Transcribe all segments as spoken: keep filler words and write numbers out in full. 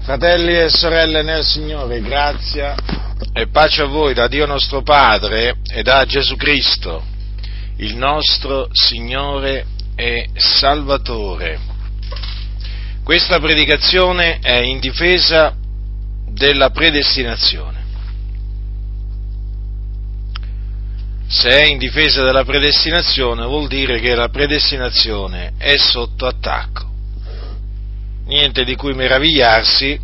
Fratelli e sorelle nel Signore, grazia e pace a voi da Dio nostro Padre e da Gesù Cristo, il nostro Signore e Salvatore. Questa predicazione è in difesa della predestinazione. Se è in difesa della predestinazione, vuol dire che la predestinazione è sotto attacco. Niente di cui meravigliarsi,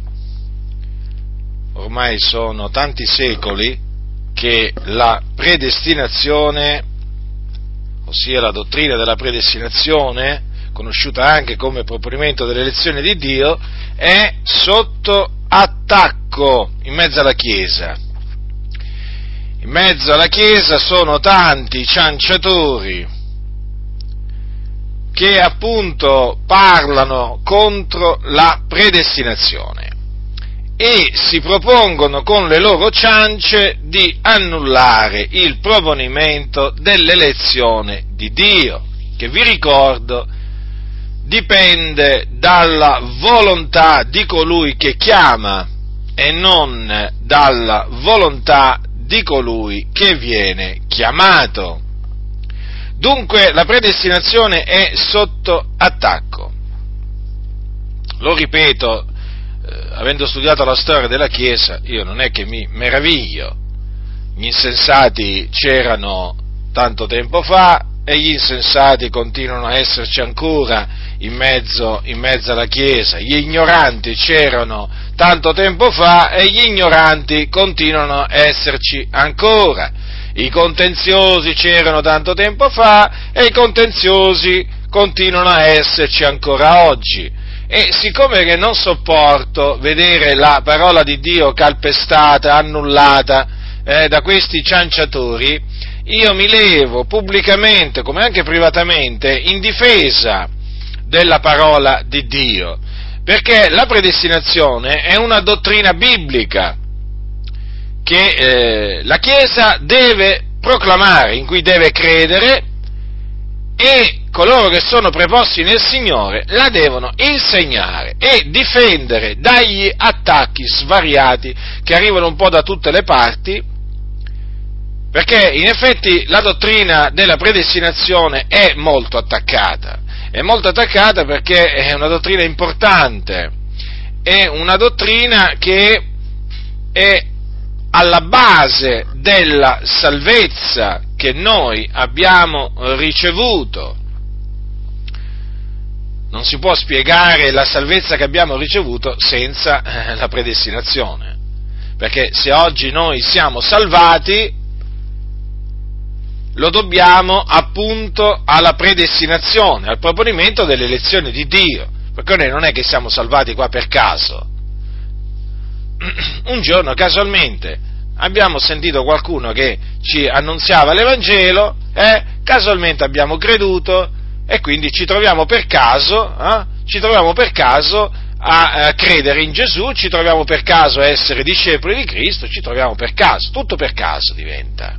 ormai sono tanti secoli che la predestinazione, ossia la dottrina della predestinazione, conosciuta anche come proponimento dell'elezione di Dio, è sotto attacco in mezzo alla Chiesa. In mezzo alla Chiesa sono tanti cianciatori che appunto parlano contro la predestinazione e si propongono con le loro ciance di annullare il proponimento dell'elezione di Dio, che vi ricordo dipende dalla volontà di colui che chiama e non dalla volontà di colui che viene chiamato. Dunque la predestinazione è sotto attacco. Lo ripeto, eh, avendo studiato la storia della Chiesa, io non è che mi meraviglio. Gli insensati c'erano tanto tempo fa e gli insensati continuano a esserci ancora in mezzo, in mezzo alla Chiesa. Gli ignoranti c'erano tanto tempo fa e gli ignoranti continuano a esserci ancora. I contenziosi c'erano tanto tempo fa e i contenziosi continuano a esserci ancora oggi. E siccome che non sopporto vedere la parola di Dio calpestata, annullata eh, da questi cianciatori, io mi levo pubblicamente, come anche privatamente, in difesa della parola di Dio, perché la predestinazione è una dottrina biblica che eh, la Chiesa deve proclamare, in cui deve credere, e coloro che sono preposti nel Signore la devono insegnare e difendere dagli attacchi svariati che arrivano un po' da tutte le parti, perché in effetti la dottrina della predestinazione è molto attaccata, è molto attaccata perché è una dottrina importante, è una dottrina che è alla base della salvezza che noi abbiamo ricevuto. Non si può spiegare la salvezza che abbiamo ricevuto senza la predestinazione, perché se oggi noi siamo salvati, lo dobbiamo appunto alla predestinazione, al proponimento dell'elezione di Dio, perché noi non è che siamo salvati qua per caso. Un giorno casualmente abbiamo sentito qualcuno che ci annunziava l'Evangelo, eh, casualmente abbiamo creduto e quindi ci troviamo per caso, eh, ci troviamo per caso a, a credere in Gesù, ci troviamo per caso a essere discepoli di Cristo, ci troviamo per caso, tutto per caso diventa.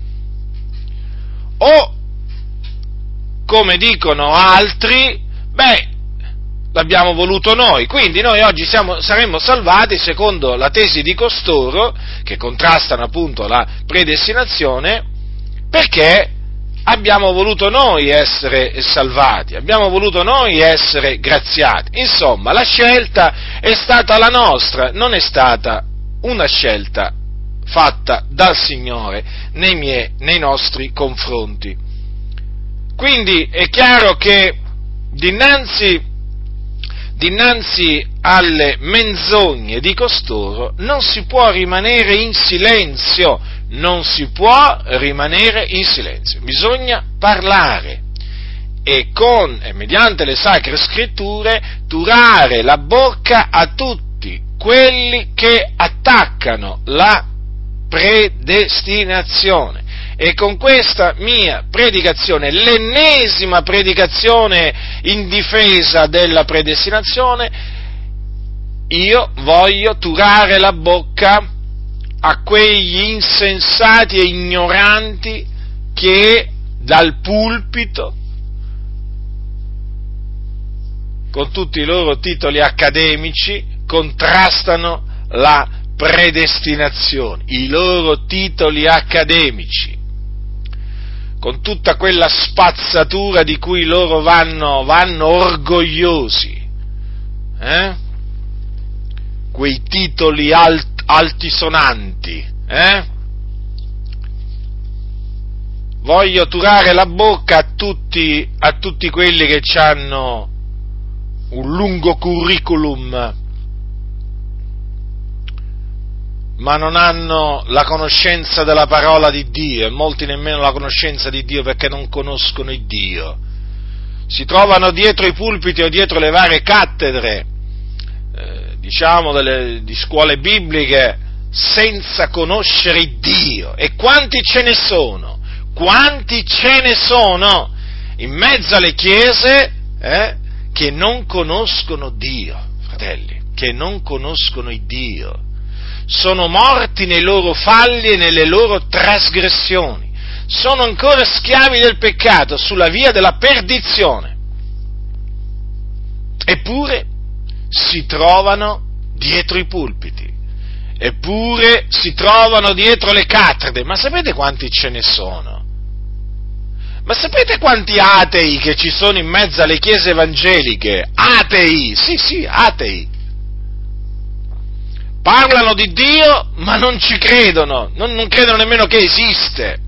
O, come dicono altri, beh, l'abbiamo voluto noi, quindi noi oggi siamo, saremmo salvati secondo la tesi di costoro, che contrastano appunto la predestinazione, perché abbiamo voluto noi essere salvati, abbiamo voluto noi essere graziati. Insomma, la scelta è stata la nostra, non è stata una scelta fatta dal Signore nei, miei, nei nostri confronti. Quindi è chiaro che dinanzi Dinanzi alle menzogne di costoro non si può rimanere in silenzio, non si può rimanere in silenzio, bisogna parlare e con e mediante le sacre scritture turare la bocca a tutti quelli che attaccano la predestinazione. E con questa mia predicazione, l'ennesima predicazione in difesa della predestinazione, io voglio turare la bocca a quegli insensati e ignoranti che dal pulpito, con tutti i loro titoli accademici, contrastano la predestinazione, i loro titoli accademici, con tutta quella spazzatura di cui loro vanno, vanno orgogliosi, eh? Quei titoli alt, altisonanti, eh? Voglio turare la bocca a tutti, a tutti quelli che hanno un lungo curriculum, ma non hanno la conoscenza della parola di Dio, e molti nemmeno la conoscenza di Dio perché non conoscono il Dio. Si trovano dietro i pulpiti o dietro le varie cattedre, eh, diciamo, delle, di scuole bibliche, senza conoscere il Dio. E quanti ce ne sono? Quanti ce ne sono in mezzo alle chiese eh, che non conoscono Dio, fratelli, che non conoscono il Dio. Sono morti nei loro falli e nelle loro trasgressioni, sono ancora schiavi del peccato sulla via della perdizione, eppure si trovano dietro i pulpiti, eppure si trovano dietro le cattedre. Ma sapete quanti ce ne sono? Ma sapete quanti atei che ci sono in mezzo alle chiese evangeliche? Atei, sì sì, atei. Parlano di Dio, ma non ci credono, non, non credono nemmeno che esiste.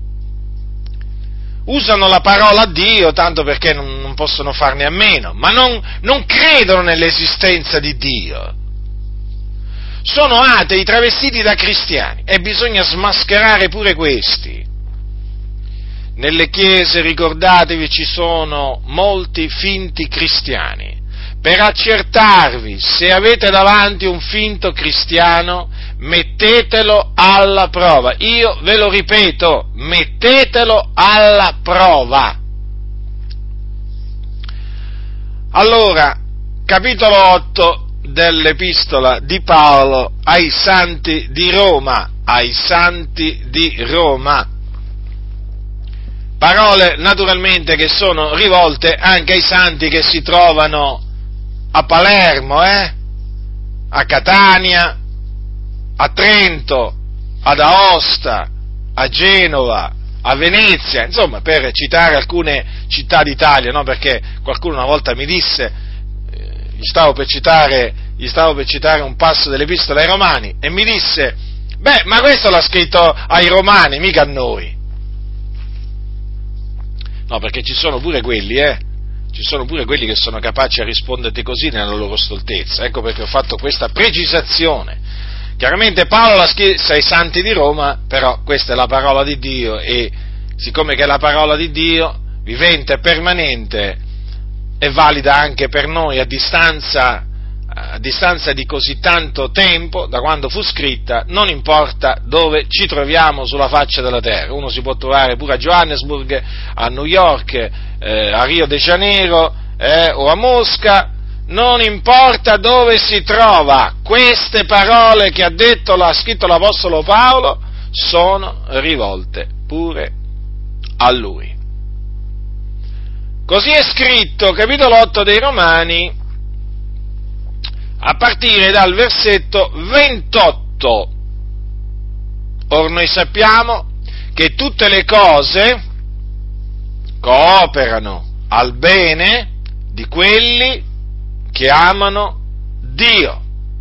Usano la parola Dio tanto perché non, non possono farne a meno, ma non, non credono nell'esistenza di Dio. Sono atei travestiti da cristiani e bisogna smascherare pure questi. Nelle chiese, ricordatevi, ci sono molti finti cristiani. Per accertarvi se avete davanti un finto cristiano, mettetelo alla prova. Io ve lo ripeto, mettetelo alla prova. Allora, capitolo otto dell'Epistola di Paolo ai Santi di Roma, ai Santi di Roma. Parole naturalmente che sono rivolte anche ai santi che si trovano a Palermo, eh? a Catania, a Trento, ad Aosta, a Genova, a Venezia, insomma, per citare alcune città d'Italia, no? Perché qualcuno una volta mi disse, eh, gli stavo per citare, gli stavo per citare un passo dell'Epistola ai Romani, e mi disse, beh, ma questo l'ha scritto ai Romani, mica a noi. No, perché ci sono pure quelli, eh, ci sono pure quelli che sono capaci a risponderti così nella loro stoltezza, ecco perché ho fatto questa precisazione. Chiaramente Paolo l'ha scritto ai Santi di Roma, però questa è la parola di Dio, e siccome che è la parola di Dio, vivente e permanente, è valida anche per noi a distanza, a distanza di così tanto tempo, da quando fu scritta, non importa dove ci troviamo sulla faccia della terra. Uno si può trovare pure a Johannesburg, a New York, eh, a Rio de Janeiro, eh, o a Mosca, non importa dove si trova, queste parole che ha detto, ha scritto l'Apostolo Paolo, sono rivolte pure a lui. Così è scritto, capitolo otto dei Romani, a partire dal versetto ventotto. Or noi sappiamo che tutte le cose cooperano al bene di quelli che amano Dio,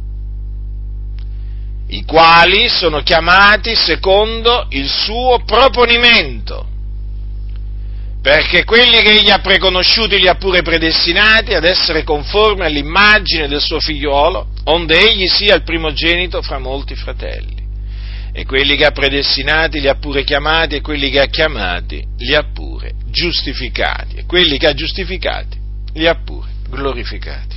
i quali sono chiamati secondo il suo proponimento. Perché quelli che egli ha preconosciuti li ha pure predestinati ad essere conformi all'immagine del suo figliuolo, onde egli sia il primogenito fra molti fratelli. E quelli che ha predestinati li ha pure chiamati, e quelli che ha chiamati li ha pure giustificati, e quelli che ha giustificati li ha pure glorificati.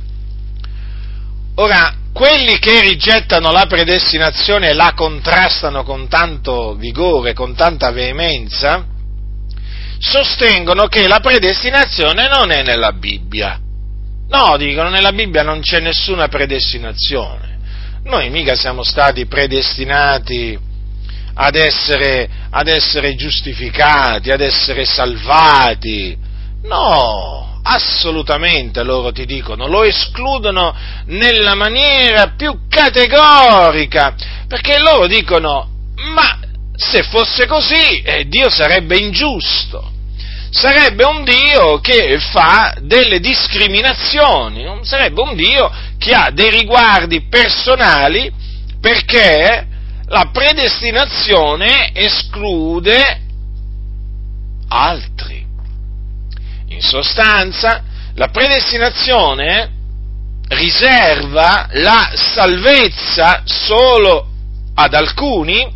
Ora, quelli che rigettano la predestinazione e la contrastano con tanto vigore, con tanta veemenza, sostengono che la predestinazione non è nella Bibbia. No, dicono, nella Bibbia non c'è nessuna predestinazione. Noi mica siamo stati predestinati ad essere, ad essere giustificati, ad essere salvati. No, assolutamente, loro ti dicono, lo escludono nella maniera più categorica, perché loro dicono, ma se fosse così, eh, Dio sarebbe ingiusto, sarebbe un Dio che fa delle discriminazioni, sarebbe un Dio che ha dei riguardi personali, perché la predestinazione esclude altri. In sostanza, la predestinazione riserva la salvezza solo ad alcuni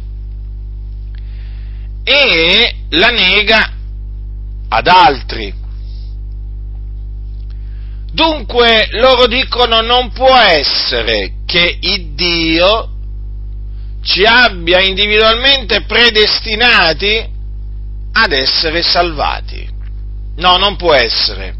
e la nega ad altri. Dunque, loro dicono, non può essere che il Dio ci abbia individualmente predestinati ad essere salvati. No, non può essere.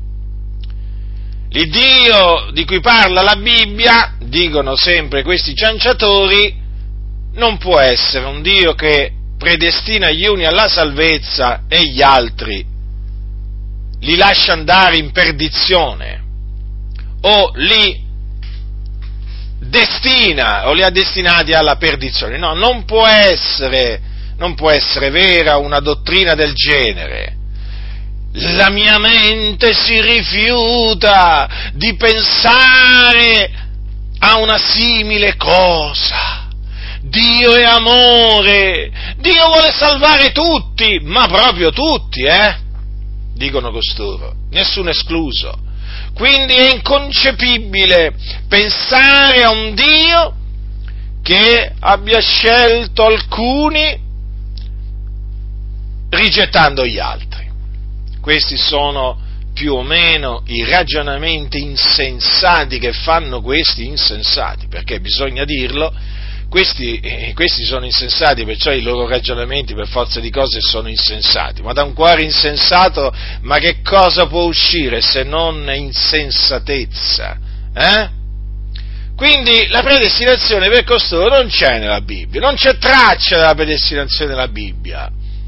L'Iddio di cui parla la Bibbia, dicono sempre questi cianciatori, non può essere un Dio che predestina gli uni alla salvezza e gli altri li lascia andare in perdizione, o li destina, o li ha destinati alla perdizione. No, non può essere, non può essere vera una dottrina del genere. La mia mente si rifiuta di pensare a una simile cosa. Dio è amore, Dio vuole salvare tutti, ma proprio tutti, eh? Dicono costoro, nessuno escluso. Quindi è inconcepibile pensare a un Dio che abbia scelto alcuni rigettando gli altri. Questi sono più o meno i ragionamenti insensati che fanno questi insensati, perché bisogna dirlo, questi, eh, questi sono insensati, perciò i loro ragionamenti per forza di cose sono insensati, ma da un cuore insensato, ma che cosa può uscire se non insensatezza? Eh? Quindi la predestinazione per costoro non c'è nella Bibbia, non c'è traccia della predestinazione nella Bibbia.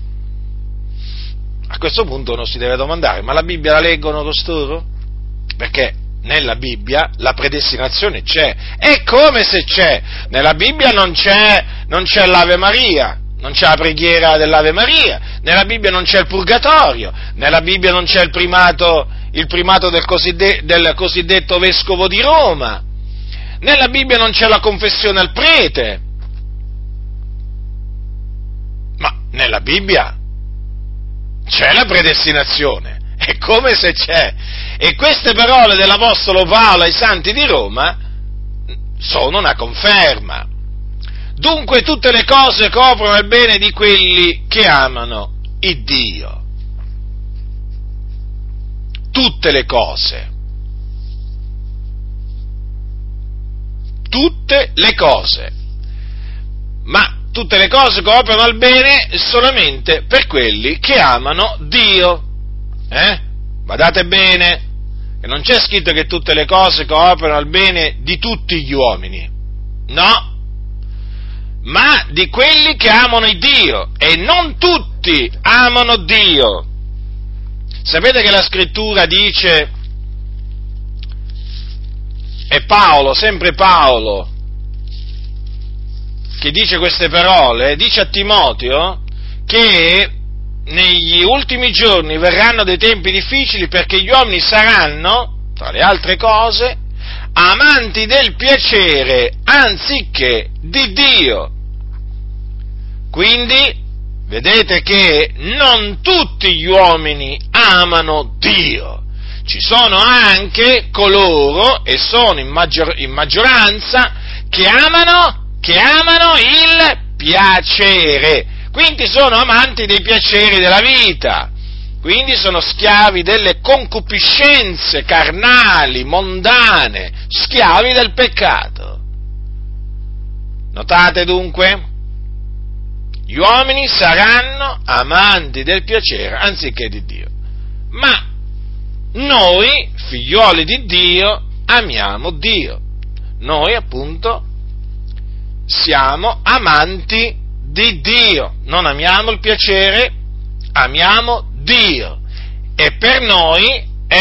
A questo punto uno si deve domandare, ma la Bibbia la leggono costoro? Perché nella Bibbia la predestinazione c'è, è come se c'è, nella Bibbia non c'è, non c'è l'Ave Maria, non c'è la preghiera dell'Ave Maria, nella Bibbia non c'è il purgatorio, nella Bibbia non c'è il primato, il primato del, coside, del cosiddetto vescovo di Roma, nella Bibbia non c'è la confessione al prete, ma nella Bibbia c'è la predestinazione, è come se c'è, e queste parole dell'Apostolo Paolo ai Santi di Roma sono una conferma. Dunque tutte le cose coprono il bene di quelli che amano il Dio. Tutte le cose. Tutte le cose. Ma tutte le cose cooperano al bene solamente per quelli che amano Dio. Eh? Badate bene, che non c'è scritto che tutte le cose cooperano al bene di tutti gli uomini. No, ma di quelli che amano il Dio, e non tutti amano Dio. Sapete che la Scrittura dice, è Paolo, sempre Paolo, che dice queste parole, dice a Timoteo che negli ultimi giorni verranno dei tempi difficili perché gli uomini saranno, tra le altre cose, amanti del piacere anziché di Dio. Quindi, vedete che non tutti gli uomini amano Dio. Ci sono anche coloro, e sono in, maggior, in maggioranza, che amano che amano il piacere, quindi sono amanti dei piaceri della vita, quindi sono schiavi delle concupiscenze carnali, mondane, schiavi del peccato. Notate dunque? Gli uomini saranno amanti del piacere anziché di Dio, ma noi, figlioli di Dio, amiamo Dio, noi appunto siamo amanti di Dio, non amiamo il piacere, amiamo Dio, e per noi è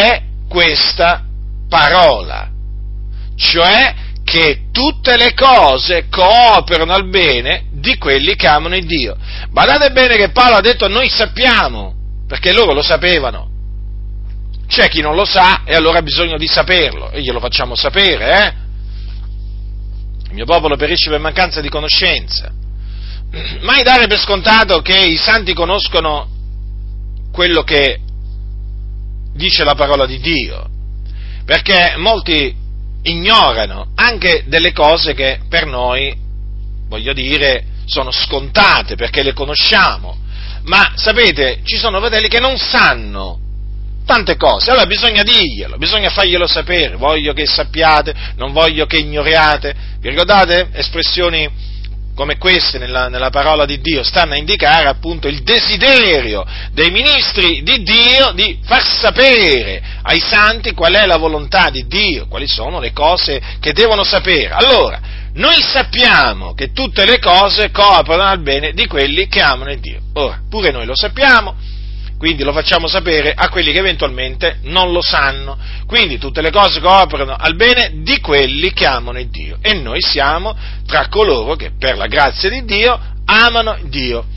questa parola, cioè che tutte le cose cooperano al bene di quelli che amano il Dio. Badate bene che Paolo ha detto noi sappiamo, perché loro lo sapevano. C'è chi non lo sa e allora ha bisogno di saperlo, e glielo facciamo sapere, eh? Il mio popolo perisce per mancanza di conoscenza. Mai dare per scontato che i santi conoscono quello che dice la parola di Dio, perché molti ignorano anche delle cose che per noi, voglio dire, sono scontate, perché le conosciamo, ma sapete, ci sono fratelli che non sanno tante cose, allora bisogna dirglielo, bisogna farglielo sapere, voglio che sappiate, non voglio che ignoriate. Vi ricordate espressioni come queste nella, nella parola di Dio? Stanno a indicare appunto il desiderio dei ministri di Dio di far sapere ai santi qual è la volontà di Dio, quali sono le cose che devono sapere. Allora, noi sappiamo che tutte le cose cooperano al bene di quelli che amano il Dio. Ora, pure noi lo sappiamo, quindi lo facciamo sapere a quelli che eventualmente non lo sanno. Quindi tutte le cose cooperano al bene di quelli che amano il Dio, e noi siamo tra coloro che per la grazia di Dio amano Dio.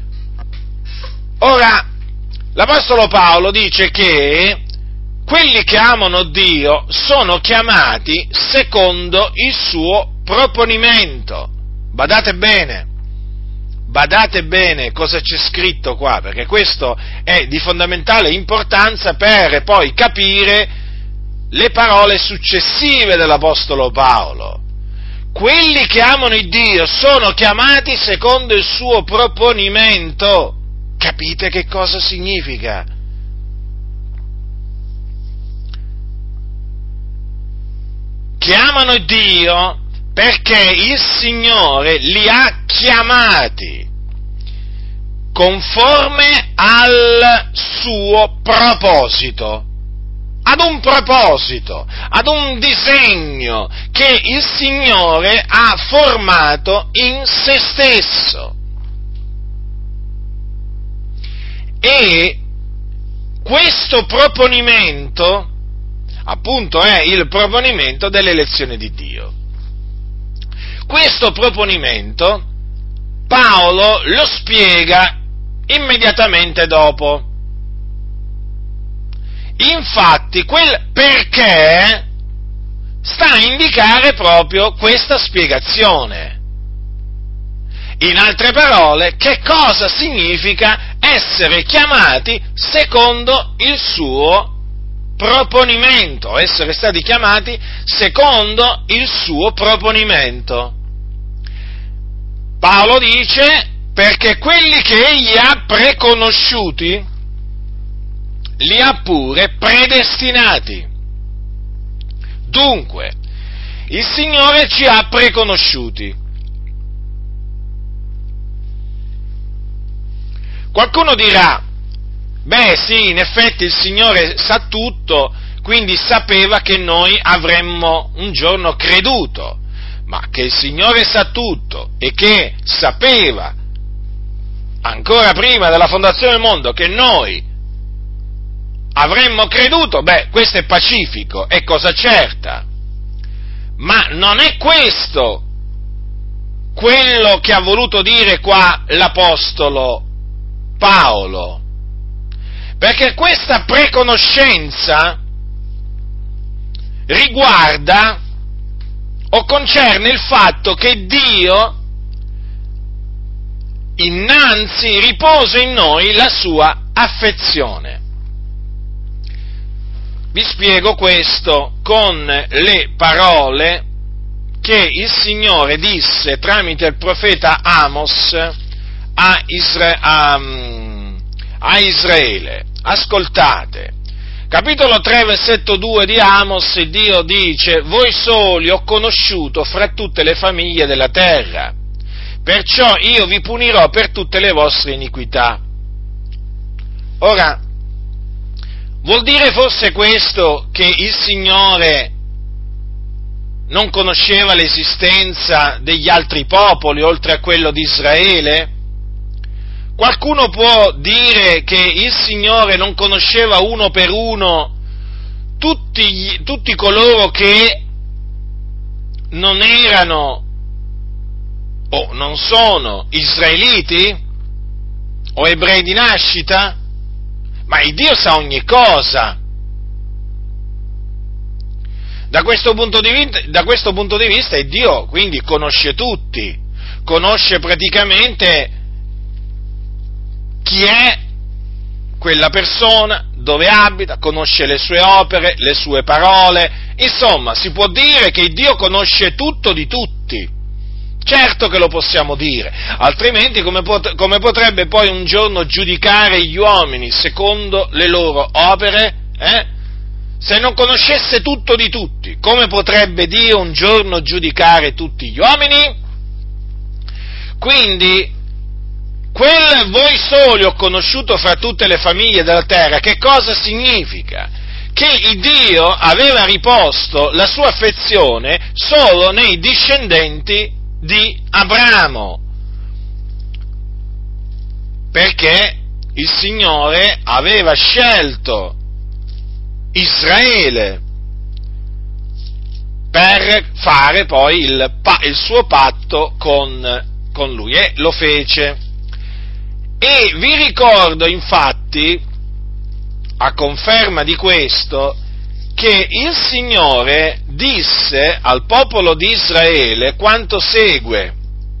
Ora, l'Apostolo Paolo dice che quelli che amano Dio sono chiamati secondo il suo proponimento. Badate bene. Badate bene cosa c'è scritto qua, perché questo è di fondamentale importanza per poi capire le parole successive dell'Apostolo Paolo. Quelli che amano il Dio sono chiamati secondo il suo proponimento. Capite che cosa significa? Che amano Dio perché il Signore li ha chiamati conforme al suo proposito, ad un proposito, ad un disegno che il Signore ha formato in se stesso. E questo proponimento, appunto, è il proponimento dell'elezione di Dio. Questo proponimento Paolo lo spiega immediatamente dopo. Infatti, quel perché sta a indicare proprio questa spiegazione. In altre parole, che cosa significa essere chiamati secondo il suo proponimento, essere stati chiamati secondo il suo proponimento. Paolo dice, perché quelli che egli ha preconosciuti, li ha pure predestinati. Dunque, il Signore ci ha preconosciuti. Qualcuno dirà, beh sì, in effetti il Signore sa tutto, quindi sapeva che noi avremmo un giorno creduto, ma che il Signore sa tutto e che sapeva, ancora prima della fondazione del mondo, che noi avremmo creduto, beh, questo è pacifico, è cosa certa, ma non è questo quello che ha voluto dire qua l'Apostolo Paolo, perché questa preconoscenza riguarda o concerne il fatto che Dio innanzi riposa in noi la sua affezione. Vi spiego questo con le parole che il Signore disse tramite il profeta Amos a, Isra- a, a Israele. Ascoltate. Capitolo tre, versetto due di Amos, Dio dice: voi soli ho conosciuto fra tutte le famiglie della terra, perciò io vi punirò per tutte le vostre iniquità. Ora, vuol dire forse questo che il Signore non conosceva l'esistenza degli altri popoli oltre a quello di Israele? Qualcuno può dire che il Signore non conosceva uno per uno tutti, gli, tutti coloro che non erano o non sono israeliti o ebrei di nascita? Ma il Dio sa ogni cosa. Da questo punto di vista, da questo punto di vista il Dio quindi conosce tutti, conosce praticamente chi è quella persona, dove abita, conosce le sue opere, le sue parole, insomma si può dire che il Dio conosce tutto di tutti. Certo che lo possiamo dire, altrimenti come, pot- come potrebbe poi un giorno giudicare gli uomini secondo le loro opere? Eh? Se non conoscesse tutto di tutti, come potrebbe Dio un giorno giudicare tutti gli uomini? Quindi, quel voi soli ho conosciuto fra tutte le famiglie della terra, che cosa significa? Che il Dio aveva riposto la sua affezione solo nei discendenti di Abramo, perché il Signore aveva scelto Israele per fare poi il, il suo patto con, con lui, e lo fece. E vi ricordo infatti, a conferma di questo, che il Signore disse al popolo di Israele quanto segue.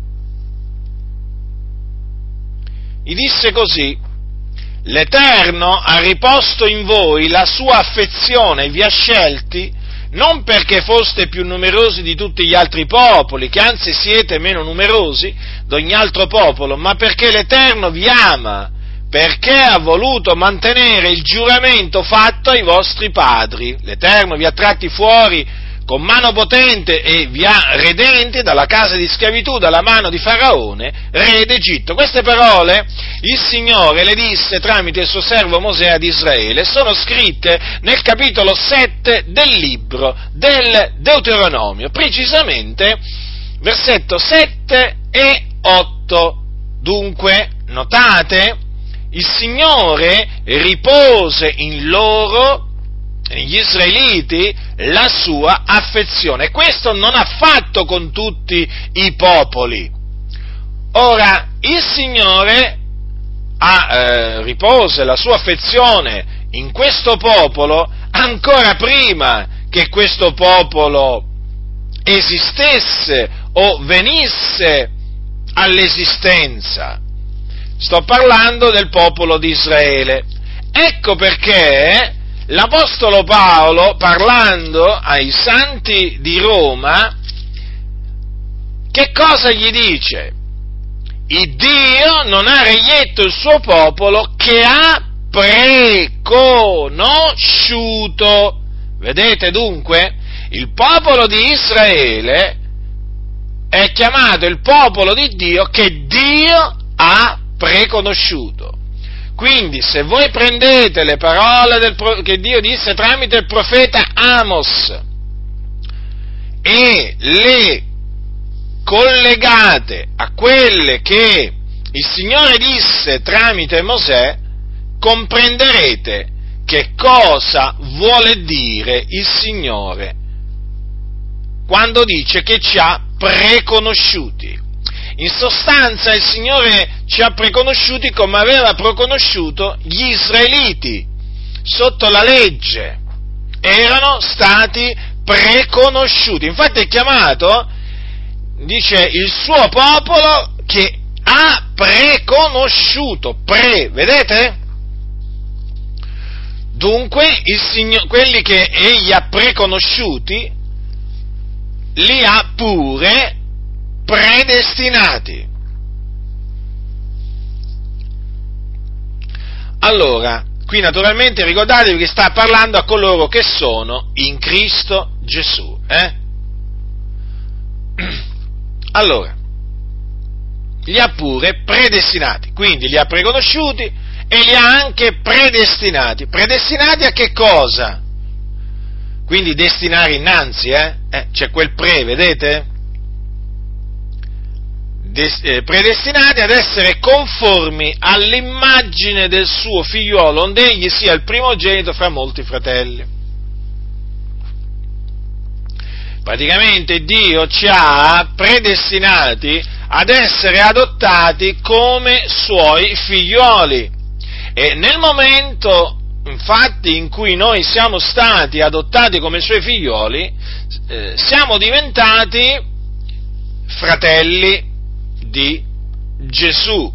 Gli disse così: l'Eterno ha riposto in voi la sua affezione e vi ha scelti non perché foste più numerosi di tutti gli altri popoli, che anzi siete meno numerosi d'ogni altro popolo, ma perché l'Eterno vi ama, perché ha voluto mantenere il giuramento fatto ai vostri padri. L'Eterno vi ha tratti fuori con mano potente e vi ha redenti dalla casa di schiavitù, dalla mano di Faraone, re d'Egitto. Queste parole il Signore le disse tramite il suo servo Mosè ad Israele, sono scritte nel capitolo sette del libro del Deuteronomio, precisamente versetto sette e otto. Dunque, notate, il Signore ripose in loro, negli israeliti, la sua affezione. Questo non ha fatto con tutti i popoli. Ora, il Signore ha, eh, ripose la sua affezione in questo popolo ancora prima che questo popolo esistesse o venisse all'esistenza. Sto parlando del popolo di Israele. Ecco perché l'Apostolo Paolo, parlando ai santi di Roma, che cosa gli dice? Il Dio non ha reietto il suo popolo che ha preconosciuto. Vedete dunque? Il popolo di Israele è chiamato il popolo di Dio che Dio ha preconosciuto. Quindi, se voi prendete le parole del, che Dio disse tramite il profeta Amos e le collegate a quelle che il Signore disse tramite Mosè, comprenderete che cosa vuole dire il Signore quando dice che ci ha preconosciuti. In sostanza il Signore ci ha preconosciuti come aveva preconosciuto gli israeliti sotto la legge, erano stati preconosciuti, infatti è chiamato, dice, il suo popolo che ha preconosciuto, pre, vedete? Dunque il Signore, quelli che egli ha preconosciuti li ha pure predestinati. Allora, qui naturalmente ricordatevi che sta parlando a coloro che sono in Cristo Gesù, eh? Allora, li ha pure predestinati, quindi li ha preconosciuti e li ha anche predestinati. Predestinati a che cosa? Quindi destinare innanzi, eh? eh c'è quel pre, vedete? Des, eh, predestinati ad essere conformi all'immagine del suo figliuolo, onde egli sia il primogenito fra molti fratelli. Praticamente Dio ci ha predestinati ad essere adottati come suoi figlioli, e nel momento infatti in cui noi siamo stati adottati come suoi figlioli, eh, siamo diventati fratelli di Gesù.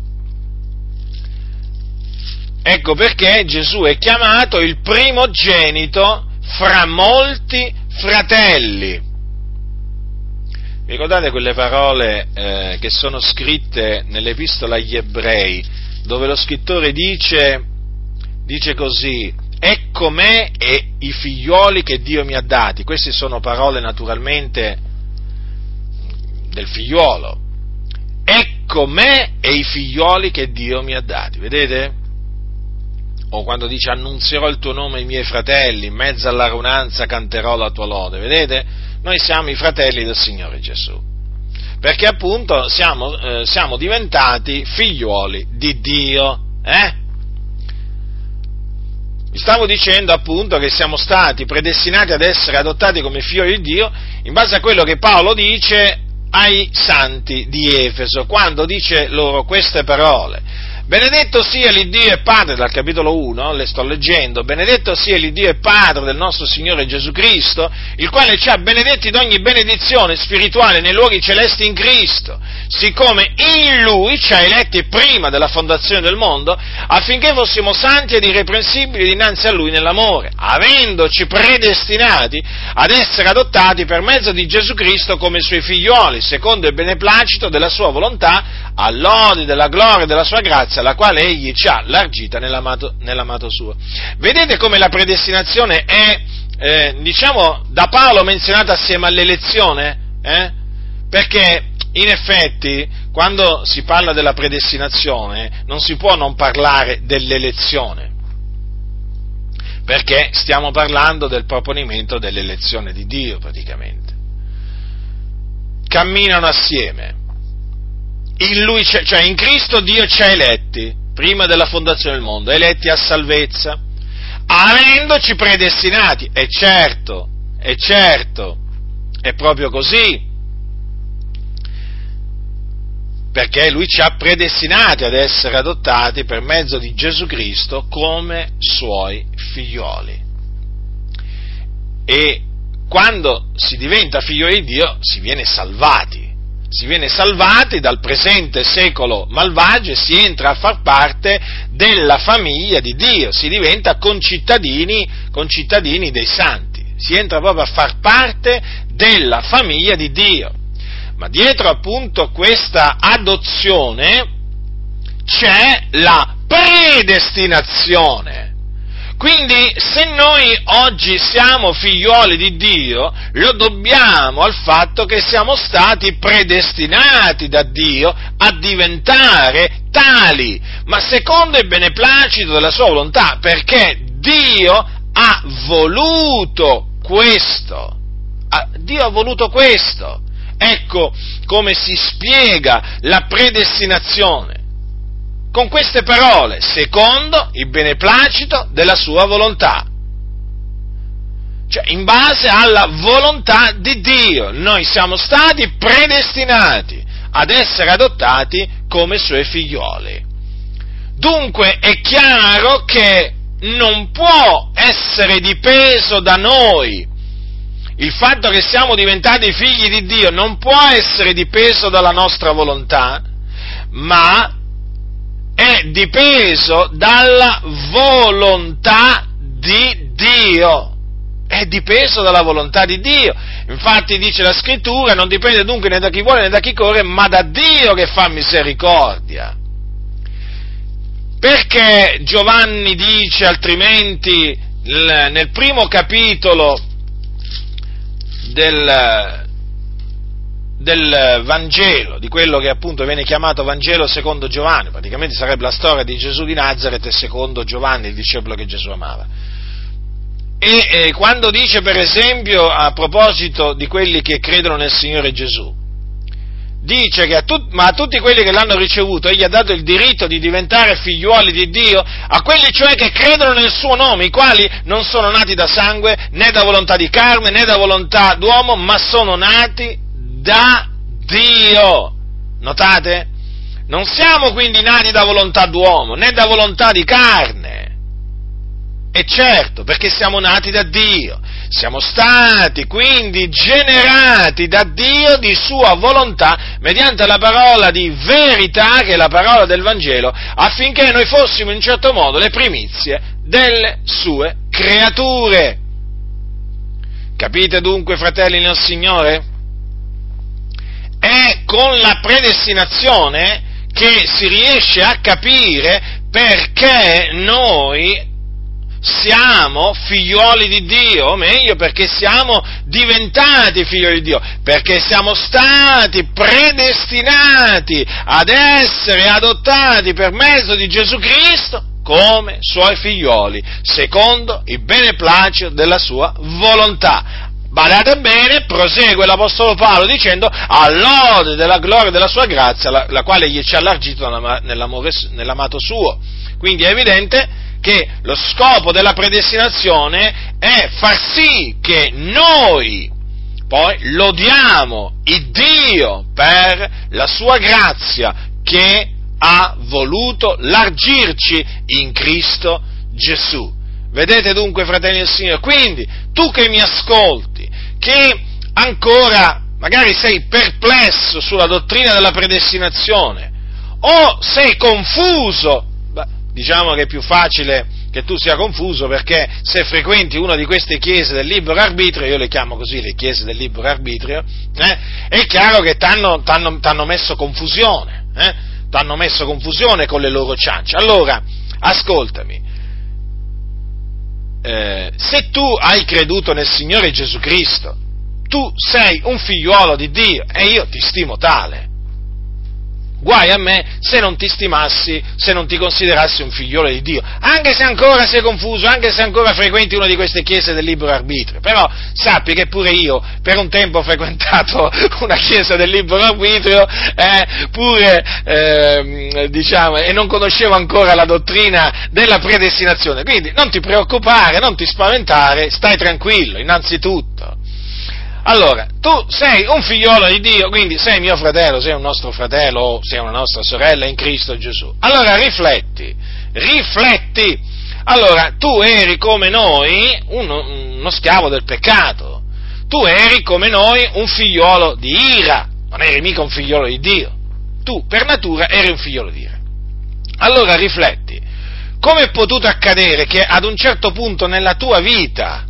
Ecco perché Gesù è chiamato il primogenito fra molti fratelli. Ricordate quelle parole eh, che sono scritte nell'Epistola agli Ebrei, dove lo scrittore dice, dice così: ecco me e i figlioli che Dio mi ha dati. Queste sono parole naturalmente del figliuolo. Ecco me e i figlioli che Dio mi ha dati. Vedete? O quando dice: annunzierò il tuo nome ai miei fratelli, in mezzo alla raunanza canterò la tua lode. Vedete? Noi siamo i fratelli del Signore Gesù, perché appunto siamo, eh, siamo diventati figliuoli di Dio. Eh? Vi stavo dicendo appunto che siamo stati predestinati ad essere adottati come figlioli di Dio in base a quello che Paolo dice ai santi di Efeso, quando dice loro queste parole: benedetto sia l'Iddio e Padre, dal capitolo uno, le sto leggendo, benedetto sia l'Iddio e Padre del nostro Signore Gesù Cristo, il quale ci ha benedetti d'ogni benedizione spirituale nei luoghi celesti in Cristo, siccome in Lui ci ha eletti prima della fondazione del mondo, affinché fossimo santi ed irreprensibili dinanzi a Lui nell'amore, avendoci predestinati ad essere adottati per mezzo di Gesù Cristo come Suoi figlioli, secondo il beneplacito della Sua volontà, all'ode della gloria e della Sua grazia, la quale Egli ci ha largita nell'amato, nell'amato Suo. Vedete come la predestinazione è, eh, diciamo, da Paolo menzionata assieme all'elezione? Eh? Perché, in effetti, quando si parla della predestinazione, non si può non parlare dell'elezione, perché stiamo parlando del proponimento dell'elezione di Dio, praticamente. Camminano assieme. In Lui, cioè in Cristo Dio ci ha eletti, prima della fondazione del mondo, eletti a salvezza, avendoci predestinati, e certo, è certo, è proprio così, perché Lui ci ha predestinati ad essere adottati per mezzo di Gesù Cristo come Suoi figlioli. E quando si diventa figlioli di Dio si viene salvati. Si viene salvati dal presente secolo malvagio e si entra a far parte della famiglia di Dio, si diventa concittadini, concittadini dei santi, si entra proprio a far parte della famiglia di Dio. Ma dietro appunto questa adozione c'è la predestinazione. Quindi, se noi oggi siamo figlioli di Dio, lo dobbiamo al fatto che siamo stati predestinati da Dio a diventare tali, ma secondo il beneplacito della Sua volontà, perché Dio ha voluto questo. Dio ha voluto questo. Ecco come si spiega la predestinazione. Con queste parole, secondo il beneplacito della Sua volontà. Cioè, in base alla volontà di Dio, noi siamo stati predestinati ad essere adottati come Suoi figlioli. Dunque, è chiaro che non può essere dipeso da noi. Il fatto che siamo diventati figli di Dio non può essere dipeso dalla nostra volontà, ma è dipeso dalla volontà di Dio, è dipeso dalla volontà di Dio. Infatti dice la Scrittura: non dipende dunque né da chi vuole né da chi corre, ma da Dio che fa misericordia. Perché Giovanni dice altrimenti nel primo capitolo del del Vangelo, di quello che appunto viene chiamato Vangelo secondo Giovanni, praticamente sarebbe la storia di Gesù di Nazaret secondo Giovanni, il discepolo che Gesù amava. E eh, quando dice per esempio a proposito di quelli che credono nel Signore Gesù, dice che a tut, ma a tutti quelli che l'hanno ricevuto egli ha dato il diritto di diventare figliuoli di Dio, a quelli cioè che credono nel suo nome, i quali non sono nati da sangue, né da volontà di carne, né da volontà d'uomo, ma sono nati da Dio. Notate? Non siamo quindi nati da volontà d'uomo, né da volontà di carne. E certo, perché siamo nati da Dio. Siamo stati quindi generati da Dio di sua volontà mediante la parola di verità, che è la parola del Vangelo, affinché noi fossimo in un certo modo le primizie delle sue creature. Capite dunque, fratelli nel Signore? È con la predestinazione che si riesce a capire perché noi siamo figlioli di Dio, o meglio, perché siamo diventati figlioli di Dio, perché siamo stati predestinati ad essere adottati per mezzo di Gesù Cristo come suoi figlioli, secondo il beneplacito della sua volontà. Badate bene, prosegue l'Apostolo Paolo dicendo: all'ode della gloria della sua grazia, la, la quale egli ci ha allargito nell'amore, nell'amato suo. Quindi è evidente che lo scopo della predestinazione è far sì che noi poi lodiamo il Dio per la sua grazia che ha voluto largirci in Cristo Gesù. Vedete dunque, fratelli del Signore? Quindi, tu che mi ascolti, che ancora magari sei perplesso sulla dottrina della predestinazione, o sei confuso, beh, diciamo che è più facile che tu sia confuso, perché se frequenti una di queste chiese del libero arbitrio, io le chiamo così, le chiese del libero arbitrio, eh, è chiaro che t'hanno, t'hanno, t'hanno messo confusione, eh, t'hanno messo confusione con le loro ciance. Allora, ascoltami. Eh, se tu hai creduto nel Signore Gesù Cristo, tu sei un figliuolo di Dio e io ti stimo tale. Guai a me se non ti stimassi, se non ti considerassi un figliolo di Dio, anche se ancora sei confuso, anche se ancora frequenti una di queste chiese del libero arbitrio. Però sappi che pure io per un tempo ho frequentato una chiesa del libero arbitrio, eh, pure eh, diciamo, e non conoscevo ancora la dottrina della predestinazione. Quindi non ti preoccupare, non ti spaventare, stai tranquillo, innanzitutto. Allora, tu sei un figliolo di Dio, quindi sei mio fratello, sei un nostro fratello o sei una nostra sorella in Cristo Gesù. Allora rifletti, rifletti. Allora, tu eri come noi uno, uno schiavo del peccato, tu eri come noi un figliolo di ira, non eri mica un figliolo di Dio, tu per natura eri un figliolo di ira. Allora rifletti, come è potuto accadere che ad un certo punto nella tua vita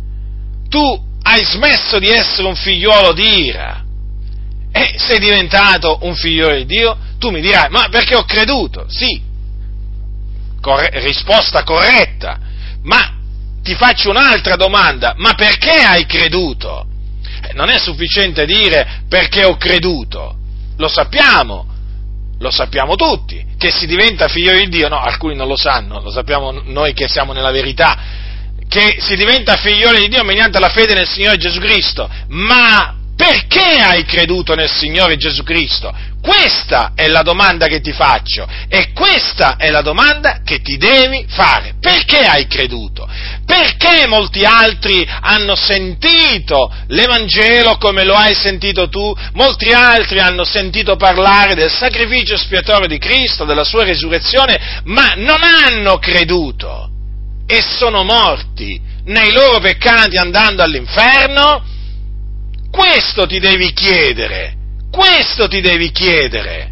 tu hai smesso di essere un figliuolo di ira e sei diventato un figliolo di Dio? Tu mi dirai, ma perché ho creduto? Sì, corre- risposta corretta, ma ti faccio un'altra domanda, ma perché hai creduto? Eh, non è sufficiente dire perché ho creduto, lo sappiamo, lo sappiamo tutti, che si diventa figlio di Dio, no, alcuni non lo sanno, lo sappiamo noi che siamo nella verità, che si diventa figlioli di Dio mediante la fede nel Signore Gesù Cristo. Ma perché hai creduto nel Signore Gesù Cristo? Questa è la domanda che ti faccio e questa è la domanda che ti devi fare. Perché hai creduto? Perché molti altri hanno sentito l'Evangelo come lo hai sentito tu? Molti altri hanno sentito parlare del sacrificio espiatorio di Cristo, della sua resurrezione, ma non hanno creduto e sono morti nei loro peccati andando all'inferno? Questo ti devi chiedere, questo ti devi chiedere.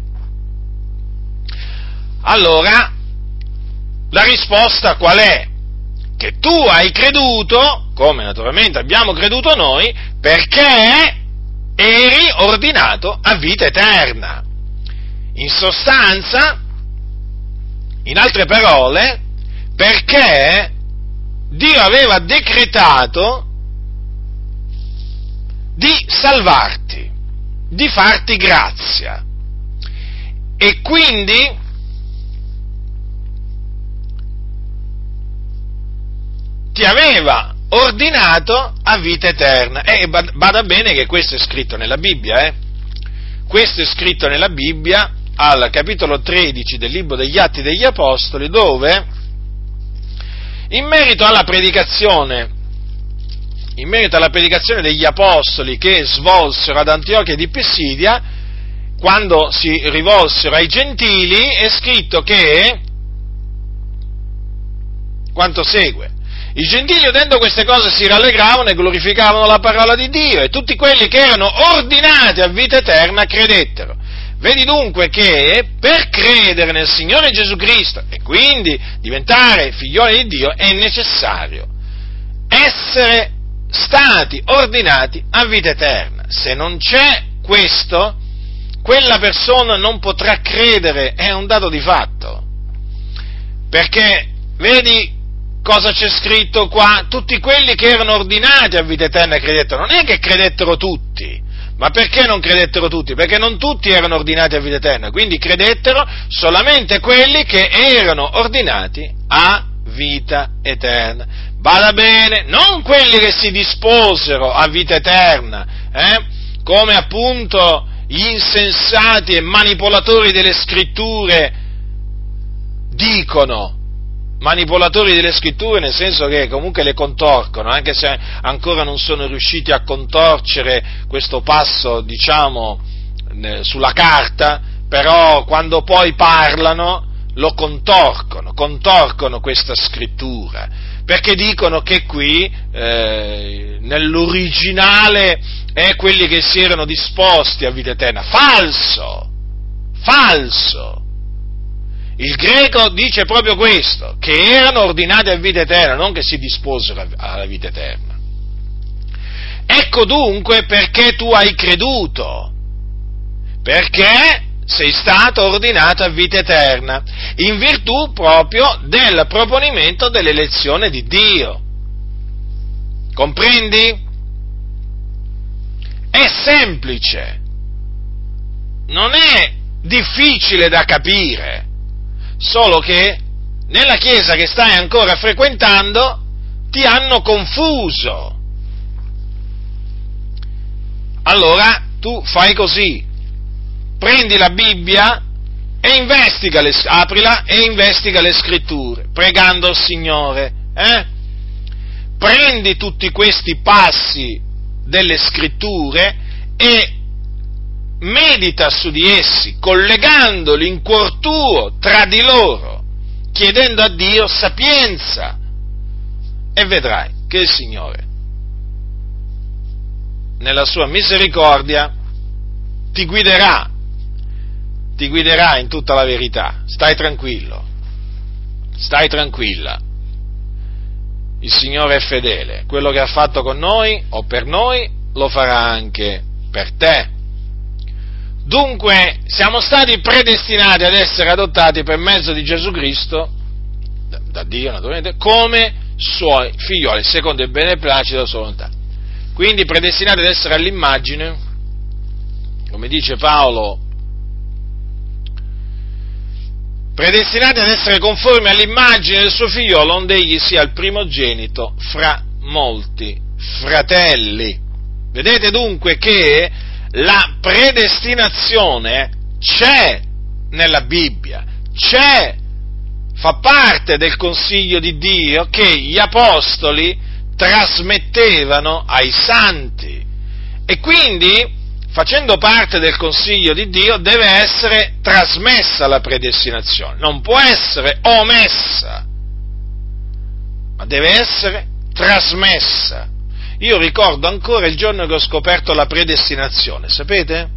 Allora, la risposta qual è? Che tu hai creduto, come naturalmente abbiamo creduto noi, perché eri ordinato a vita eterna. In sostanza, in altre parole, perché Dio aveva decretato di salvarti, di farti grazia, e quindi ti aveva ordinato a vita eterna. E bada bene che questo è scritto nella Bibbia, eh? Questo è scritto nella Bibbia, al capitolo tredici del libro degli Atti degli Apostoli, dove, in merito alla predicazione, in merito alla predicazione degli Apostoli che svolsero ad Antiochia di Pisidia, quando si rivolsero ai gentili, è scritto che, quanto segue: i gentili, udendo queste cose, si rallegravano e glorificavano la parola di Dio, e tutti quelli che erano ordinati a vita eterna credettero. Vedi dunque che per credere nel Signore Gesù Cristo e quindi diventare figlioli di Dio è necessario essere stati ordinati a vita eterna. Se non c'è questo, quella persona non potrà credere, è un dato di fatto. Perché, vedi cosa c'è scritto qua? Tutti quelli che erano ordinati a vita eterna credettero. Non è che credettero tutti, ma perché non credettero tutti? Perché non tutti erano ordinati a vita eterna, quindi credettero solamente quelli che erano ordinati a vita eterna. Bada bene, non quelli che si disposero a vita eterna, eh? come appunto gli insensati e manipolatori delle scritture dicono, manipolatori delle scritture nel senso che comunque le contorcono, anche se ancora non sono riusciti a contorcere questo passo, diciamo, sulla carta, però quando poi parlano lo contorcono, contorcono questa scrittura, perché dicono che qui, eh, nell'originale, è quelli che si erano disposti a vita eterna. Falso! Falso! Il greco dice proprio questo, che erano ordinati a vita eterna, non che si disposero alla vita eterna. Ecco dunque perché tu hai creduto, perché sei stato ordinato a vita eterna, in virtù proprio del proponimento dell'elezione di Dio. Comprendi? È semplice, non è difficile da capire, solo che nella chiesa che stai ancora frequentando ti hanno confuso. Allora tu fai così: prendi la Bibbia e investiga le, aprila e investiga le scritture, pregando il Signore, eh? Prendi tutti questi passi delle scritture e medita su di essi, collegandoli in cuor tuo tra di loro, chiedendo a Dio sapienza, e vedrai che il Signore, nella sua misericordia, ti guiderà, ti guiderà in tutta la verità. Stai tranquillo, stai tranquilla. Il Signore è fedele, quello che ha fatto con noi o per noi lo farà anche per te. Dunque siamo stati predestinati ad essere adottati per mezzo di Gesù Cristo, da, da Dio naturalmente, come suoi figlioli, secondo il beneplacito della sua volontà. Quindi predestinati ad essere all'immagine, come dice Paolo, predestinati ad essere conformi all'immagine del suo figliolo, onde egli sia il primogenito fra molti fratelli. Vedete dunque che la predestinazione c'è nella Bibbia, c'è, fa parte del consiglio di Dio che gli apostoli trasmettevano ai santi, e quindi, facendo parte del consiglio di Dio, deve essere trasmessa la predestinazione, non può essere omessa, ma deve essere trasmessa. Io ricordo ancora il giorno che ho scoperto la predestinazione, sapete?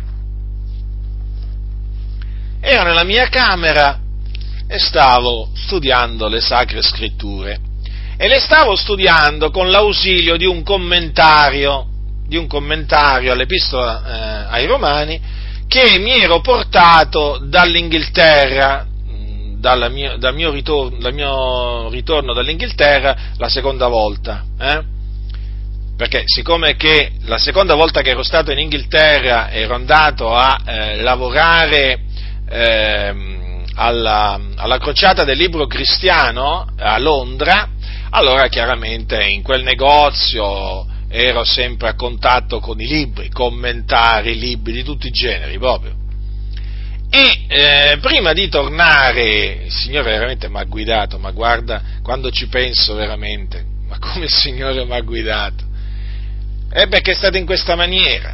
Ero nella mia camera e stavo studiando le Sacre Scritture, e le stavo studiando con l'ausilio di un commentario, di un commentario all'Epistola eh, ai Romani, che mi ero portato dall'Inghilterra, dal mio, dal mio, ritorno, dal mio ritorno dall'Inghilterra la seconda volta, eh? Perché siccome che la seconda volta che ero stato in Inghilterra ero andato a eh, lavorare eh, alla, alla crociata del libro cristiano a Londra, allora chiaramente in quel negozio ero sempre a contatto con i libri, commentari, libri di tutti i generi proprio. E eh, prima di tornare, il Signore veramente mi ha guidato, ma guarda, quando ci penso veramente, ma come il Signore mi ha guidato? E perché è stato in questa maniera.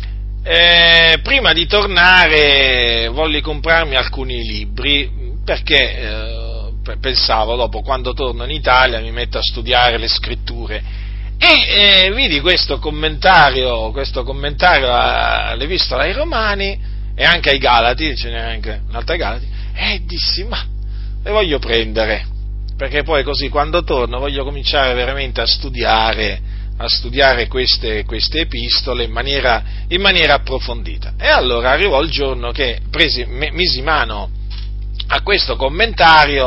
Eh, prima di tornare volli comprarmi alcuni libri, perché eh, pensavo, dopo, quando torno in Italia, mi metto a studiare le scritture. E eh, vidi questo commentario, questo commentario all'Epistola ai Romani, e anche ai Galati, ce n'è anche un'altra ai Galati, e dissi, ma le voglio prendere, perché poi così quando torno voglio cominciare veramente a studiare, a studiare queste, queste epistole in maniera, in maniera approfondita. E allora arrivò il giorno che presi, me, misi mano a questo commentario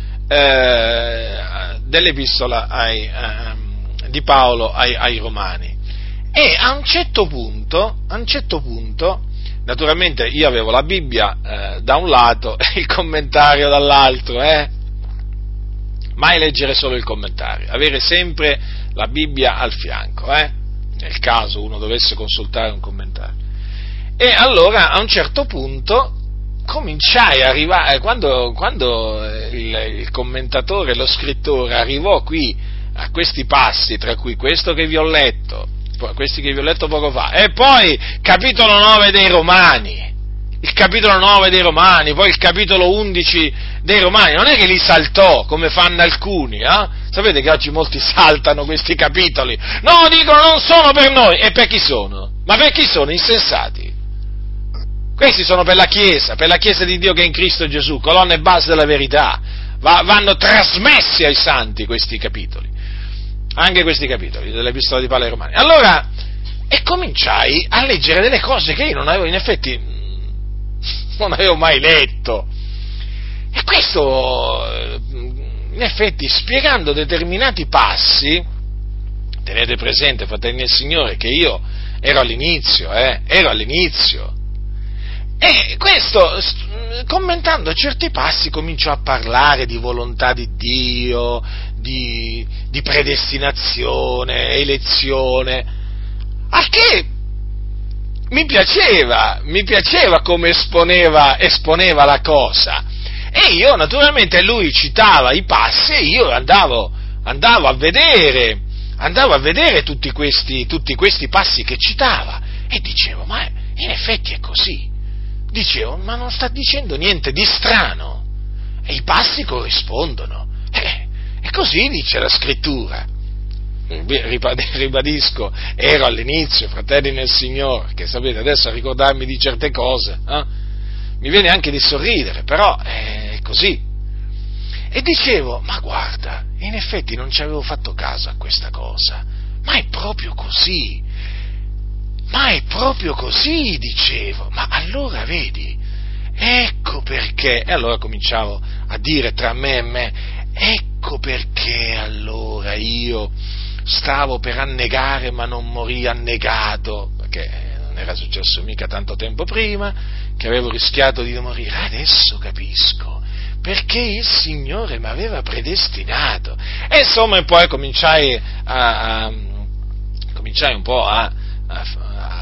eh, dell'Epistola ai, eh, di Paolo ai, ai Romani, e a un certo punto, a un certo punto, naturalmente io avevo la Bibbia eh, da un lato e il commentario dall'altro, eh? Mai leggere solo il commentario, avere sempre la Bibbia al fianco, eh? Nel caso uno dovesse consultare un commentario. E allora a un certo punto cominciai a arrivare, quando, quando il, il commentatore, lo scrittore arrivò qui a questi passi, tra cui questo che vi ho letto, questi che vi ho letto poco fa, e poi capitolo nove dei Romani, il capitolo nove dei Romani, poi il capitolo undici dei Romani, non è che li saltò come fanno alcuni, eh? Sapete che oggi molti saltano questi capitoli, no, dicono non sono per noi, e per chi sono? Ma per chi sono? Insensati. Questi sono per la Chiesa, per la Chiesa di Dio che è in Cristo Gesù, colonna e base della verità. Va, vanno trasmessi ai santi questi capitoli, anche questi capitoli dell'Epistola di Paolo ai Romani. Allora, e cominciai a leggere delle cose che io non avevo, in effetti, non avevo mai letto. E questo, in effetti, spiegando determinati passi, tenete presente, fratelli del Signore, che io ero all'inizio, eh, ero all'inizio. E questo, commentando certi passi, cominciò a parlare di volontà di Dio, di, di predestinazione, elezione, a che mi piaceva, mi piaceva come esponeva, esponeva la cosa. E io, naturalmente, lui citava i passi e io andavo, andavo a vedere, andavo a vedere tutti questi, tutti questi passi che citava, e dicevo, ma in effetti è così. Dicevo, ma non sta dicendo niente di strano, e i passi corrispondono, eh, e così dice la scrittura. Ribadisco, ero all'inizio, fratelli nel Signore, che sapete, adesso a ricordarmi di certe cose, eh, mi viene anche di sorridere, però è così. E dicevo, ma guarda, in effetti non ci avevo fatto caso a questa cosa, ma è proprio così. Ma è proprio così, dicevo, ma allora vedi, ecco perché, e allora cominciavo a dire tra me e me, ecco perché allora io stavo per annegare ma non morì annegato, perché non era successo mica tanto tempo prima, che avevo rischiato di morire, adesso capisco, perché il Signore mi aveva predestinato, e insomma poi cominciai a, a cominciai un po' a, a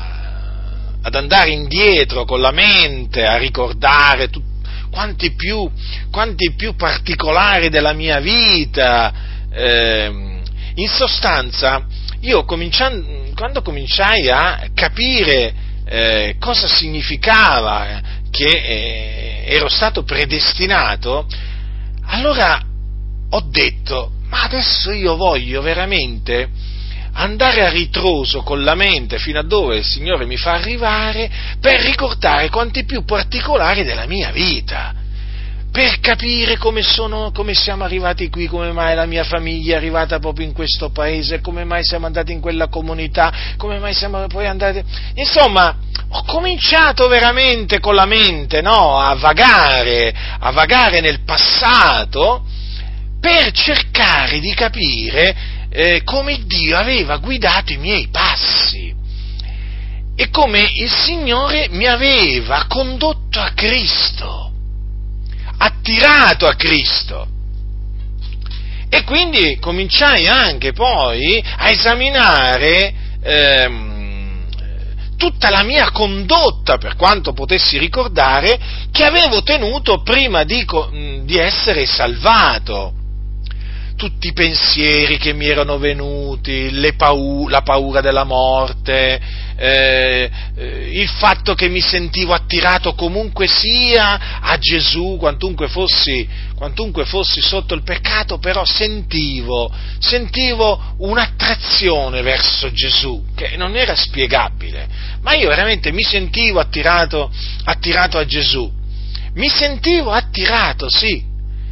ad andare indietro con la mente, a ricordare tu, quanti più, quanti più particolari della mia vita. Eh, in sostanza, io cominciando, quando cominciai a capire eh, cosa significava che eh, ero stato predestinato, allora ho detto, ma adesso io voglio veramente andare a ritroso con la mente fino a dove il Signore mi fa arrivare, per ricordare quanti più particolari della mia vita, per capire come sono, come siamo arrivati qui, come mai la mia famiglia è arrivata proprio in questo paese, come mai siamo andati in quella comunità, come mai siamo poi andati, insomma, ho cominciato veramente con la mente, no, a vagare, a vagare nel passato, per cercare di capire Eh, come Dio aveva guidato i miei passi e come il Signore mi aveva condotto a Cristo, attirato a Cristo. E quindi cominciai anche poi a esaminare ehm, tutta la mia condotta, per quanto potessi ricordare, che avevo tenuto prima di, di essere salvato. Tutti i pensieri che mi erano venuti, le pau- la paura della morte, eh, eh, il fatto che mi sentivo attirato comunque sia a Gesù, quantunque fossi, quantunque fossi sotto il peccato, però sentivo, sentivo un'attrazione verso Gesù, che non era spiegabile, ma io veramente mi sentivo attirato, attirato a Gesù, mi sentivo attirato, sì.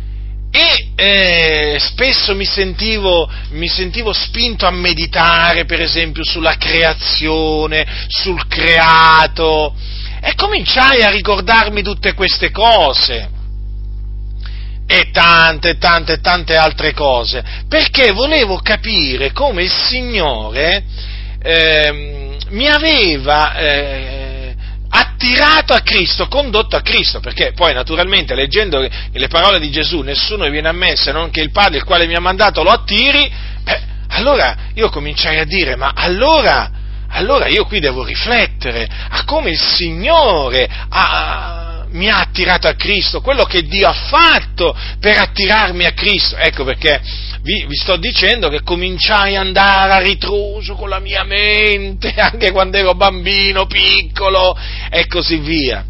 E eh, spesso mi sentivo, mi sentivo spinto a meditare, per esempio, sulla creazione, sul creato, e cominciai a ricordarmi tutte queste cose, e tante, tante, tante altre cose, perché volevo capire come il Signore eh, mi aveva eh, attirato a Cristo, condotto a Cristo, perché poi naturalmente leggendo le parole di Gesù, nessuno viene a me se non che il Padre il quale mi ha mandato lo attiri, beh, allora io cominciai a dire, ma allora, allora io qui devo riflettere a come il Signore ha, mi ha attirato a Cristo, quello che Dio ha fatto per attirarmi a Cristo. Ecco perché vi, vi sto dicendo che cominciai ad andare a ritroso con la mia mente, anche quando ero bambino, piccolo, e così via,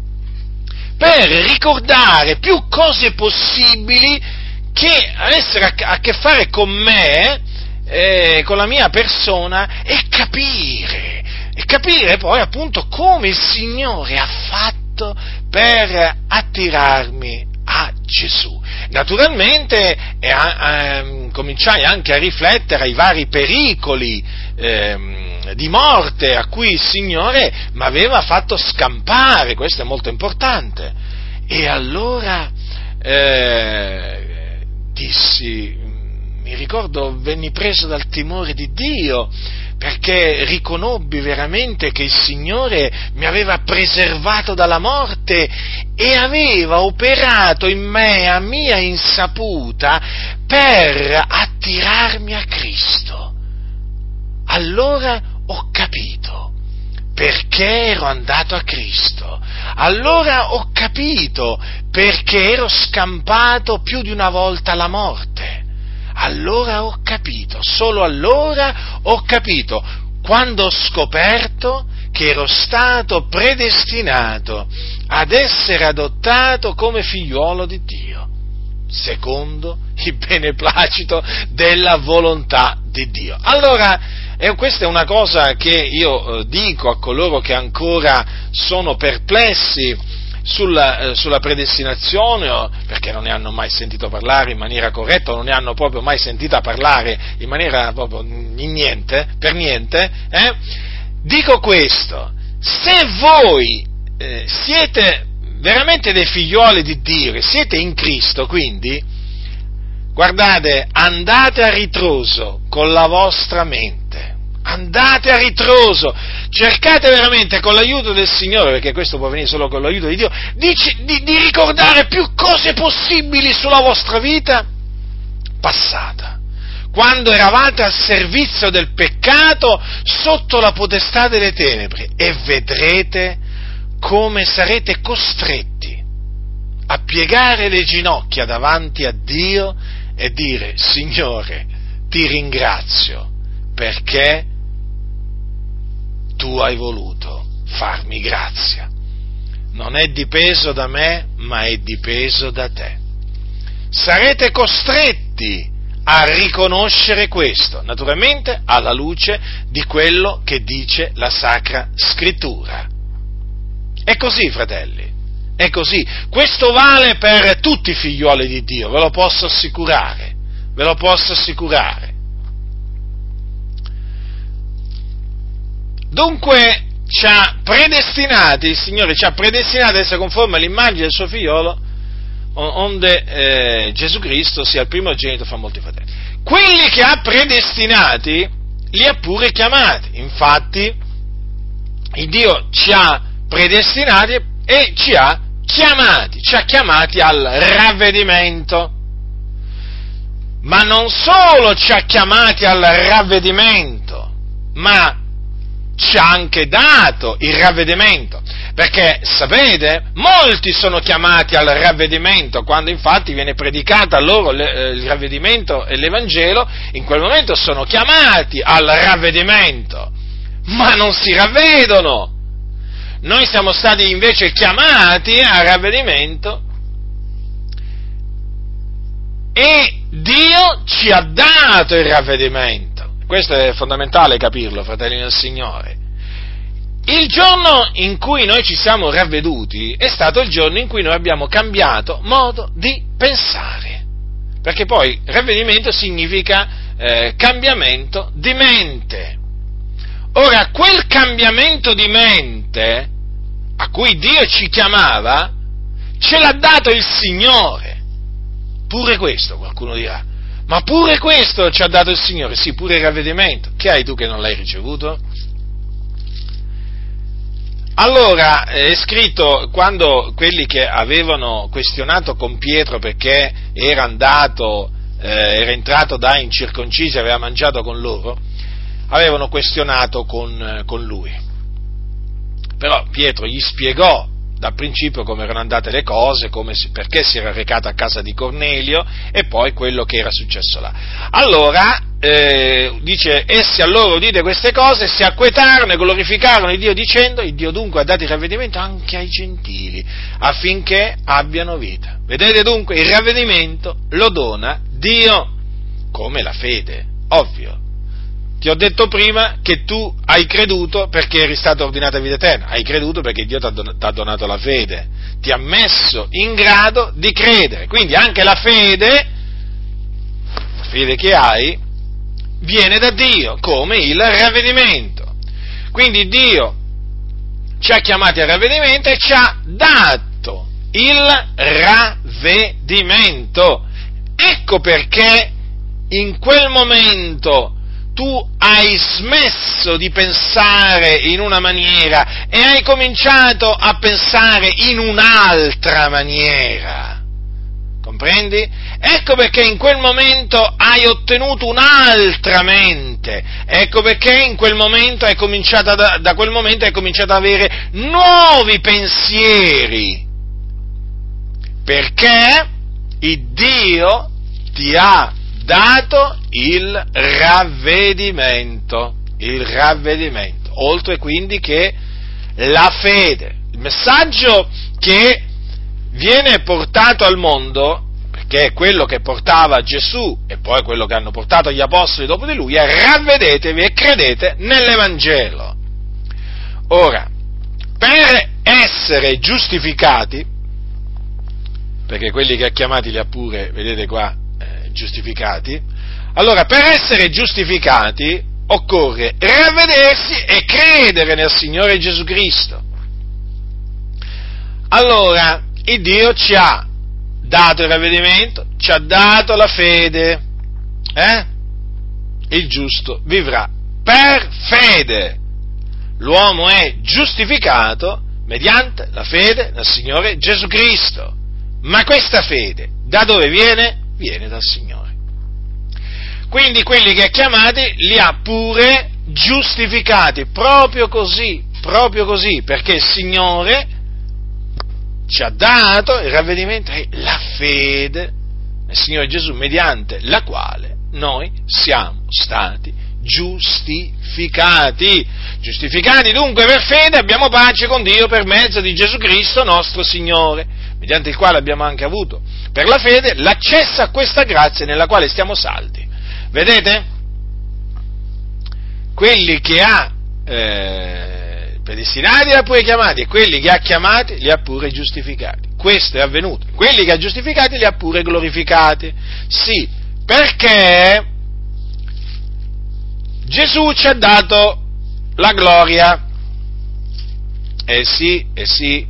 per ricordare più cose possibili che avessero a, a che fare con me, eh, con la mia persona, e capire, e capire poi appunto come il Signore ha fatto per attirarmi a Gesù. Naturalmente eh, eh, cominciai anche a riflettere ai vari pericoli eh, di morte a cui il Signore mi aveva fatto scampare, questo è molto importante. E allora eh, dissi, mi ricordo, venni preso dal timore di Dio, perché riconobbi veramente che il Signore mi aveva preservato dalla morte e aveva operato in me a mia insaputa per attirarmi a Cristo. Allora ho capito perché ero andato a Cristo, allora ho capito perché ero scampato più di una volta alla morte. Allora ho capito, solo allora ho capito, quando ho scoperto che ero stato predestinato ad essere adottato come figliuolo di Dio, secondo il beneplacito della volontà di Dio. Allora, e questa è una cosa che io eh, dico a coloro che ancora sono perplessi Sulla, eh, sulla predestinazione, o perché non ne hanno mai sentito parlare in maniera corretta, o non ne hanno proprio mai sentita parlare in maniera proprio in niente, per niente, eh? Dico questo: se voi eh, siete veramente dei figlioli di Dio, che siete in Cristo, quindi, guardate, andate a ritroso con la vostra mente. Andate a ritroso, cercate veramente con l'aiuto del Signore, perché questo può venire solo con l'aiuto di Dio, di, di, di ricordare più cose possibili sulla vostra vita passata, quando eravate al servizio del peccato sotto la potestà delle tenebre, e vedrete come sarete costretti a piegare le ginocchia davanti a Dio e dire: Signore, ti ringrazio perché tu hai voluto farmi grazia. Non è dipeso da me, ma è dipeso da te. Sarete costretti a riconoscere questo, naturalmente alla luce di quello che dice la Sacra Scrittura. È così, fratelli, è così. Questo vale per tutti i figlioli di Dio, ve lo posso assicurare, ve lo posso assicurare. Dunque ci ha predestinati, il Signore ci ha predestinati ad essere conformi all'immagine del suo figliolo, onde eh, Gesù Cristo sia il primogenito fra molti fratelli. Quelli che ha predestinati li ha pure chiamati. Infatti il Dio ci ha predestinati e ci ha chiamati, ci ha chiamati al ravvedimento. ma non solo ci ha chiamati al ravvedimento, ma ci ha anche dato il ravvedimento, perché sapete, molti sono chiamati al ravvedimento, quando infatti viene predicata a loro il ravvedimento e l'Evangelo, in quel momento sono chiamati al ravvedimento, ma non si ravvedono. Noi siamo stati invece chiamati al ravvedimento e Dio ci ha dato il ravvedimento. Questo è fondamentale capirlo, fratelli del Signore. Il giorno in cui noi ci siamo ravveduti è stato il giorno in cui noi abbiamo cambiato modo di pensare, perché poi ravvedimento significa eh, cambiamento di mente. Ora, quel cambiamento di mente a cui Dio ci chiamava, ce l'ha dato il Signore. Pure questo, qualcuno dirà, ma pure questo ci ha dato il Signore? Sì, pure il ravvedimento. Che hai tu che non l'hai ricevuto? Allora, è scritto, quando quelli che avevano questionato con Pietro perché era andato, eh, era entrato da incirconcisi e aveva mangiato con loro, avevano questionato con, con lui. Però Pietro gli spiegò dal principio come erano andate le cose, come si, perché si era recato a casa di Cornelio e poi quello che era successo là. Allora, eh, dice, essi allora udite queste cose, si acquetarono e glorificarono il Dio dicendo, il Dio dunque ha dato il ravvedimento anche ai gentili, affinché abbiano vita. Vedete dunque, il ravvedimento lo dona Dio, come la fede, ovvio. Ti ho detto prima che tu hai creduto perché eri stato ordinato a vita eterna, hai creduto perché Dio ti ha donato la fede, ti ha messo in grado di credere, quindi anche la fede, la fede che hai, viene da Dio, come il ravvedimento. Quindi Dio ci ha chiamati al ravvedimento e ci ha dato il ravvedimento. Ecco perché in quel momento tu hai smesso di pensare in una maniera e hai cominciato a pensare in un'altra maniera. Comprendi? Ecco perché in quel momento hai ottenuto un'altra mente. Ecco perché in quel momento hai cominciato da, da quel momento hai cominciato ad avere nuovi pensieri. Perché il Dio ti ha dato il ravvedimento, il ravvedimento, oltre quindi che la fede. Il messaggio che viene portato al mondo, perché è quello che portava Gesù e poi quello che hanno portato gli apostoli dopo di lui, è ravvedetevi e credete nell'Evangelo. Ora, per essere giustificati, perché quelli che ha chiamati li ha pure, vedete qua, giustificati, allora per essere giustificati occorre ravvedersi e credere nel Signore Gesù Cristo. Allora il Dio ci ha dato il ravvedimento, ci ha dato la fede, eh? Il giusto vivrà per fede. L'uomo è giustificato mediante la fede nel Signore Gesù Cristo. Ma questa fede da dove viene? Viene dal Signore. Quindi quelli che ha chiamati li ha pure giustificati, proprio così, proprio così, perché il Signore ci ha dato il ravvedimento e la fede nel Signore Gesù, mediante la quale noi siamo stati giustificati. Giustificati dunque per fede abbiamo pace con Dio per mezzo di Gesù Cristo nostro Signore, mediante il quale abbiamo anche avuto per la fede l'accesso a questa grazia nella quale stiamo saldi. Vedete? Quelli che ha eh, predestinati li ha pure chiamati e quelli che ha chiamati li ha pure giustificati. Questo è avvenuto. Quelli che ha giustificati li ha pure glorificati. Sì, perché Gesù ci ha dato la gloria. Eh sì, eh sì.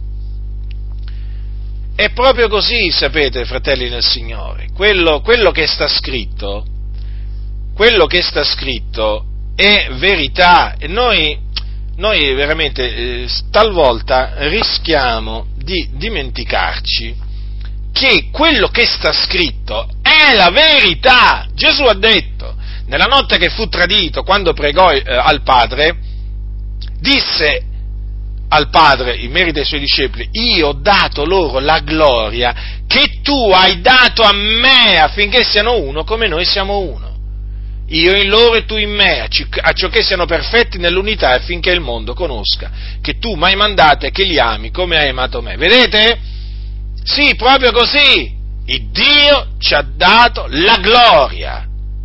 È proprio così, sapete, fratelli nel Signore. Quello, quello che sta scritto, quello che sta scritto è verità. E noi, noi veramente eh, talvolta rischiamo di dimenticarci che quello che sta scritto è è la verità. Gesù ha detto, nella notte che fu tradito, quando pregò eh, al Padre, disse al Padre, in merito ai suoi discepoli: io ho dato loro la gloria che tu hai dato a me, affinché siano uno come noi siamo uno. Io in loro e tu in me, acciò che siano perfetti nell'unità, affinché il mondo conosca che tu mi hai mandato e che li ami come hai amato me. Vedete? Sì, proprio così. Il Dio ci ha dato la gloria.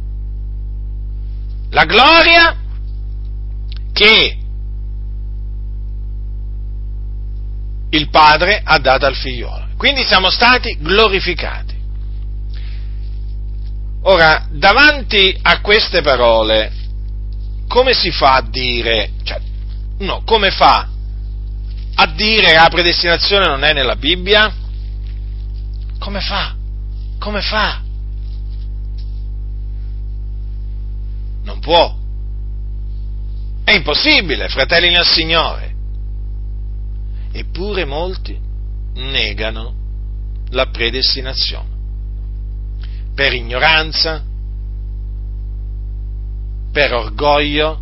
La gloria che il Padre ha dato al Figliolo. Quindi siamo stati glorificati. Ora, davanti a queste parole, come si fa a dire, cioè, no, come fa a dire che la predestinazione non è nella Bibbia? Come fa? Come fa? Non può. È impossibile, fratelli nel Signore. Eppure molti negano la predestinazione. Per ignoranza, per orgoglio,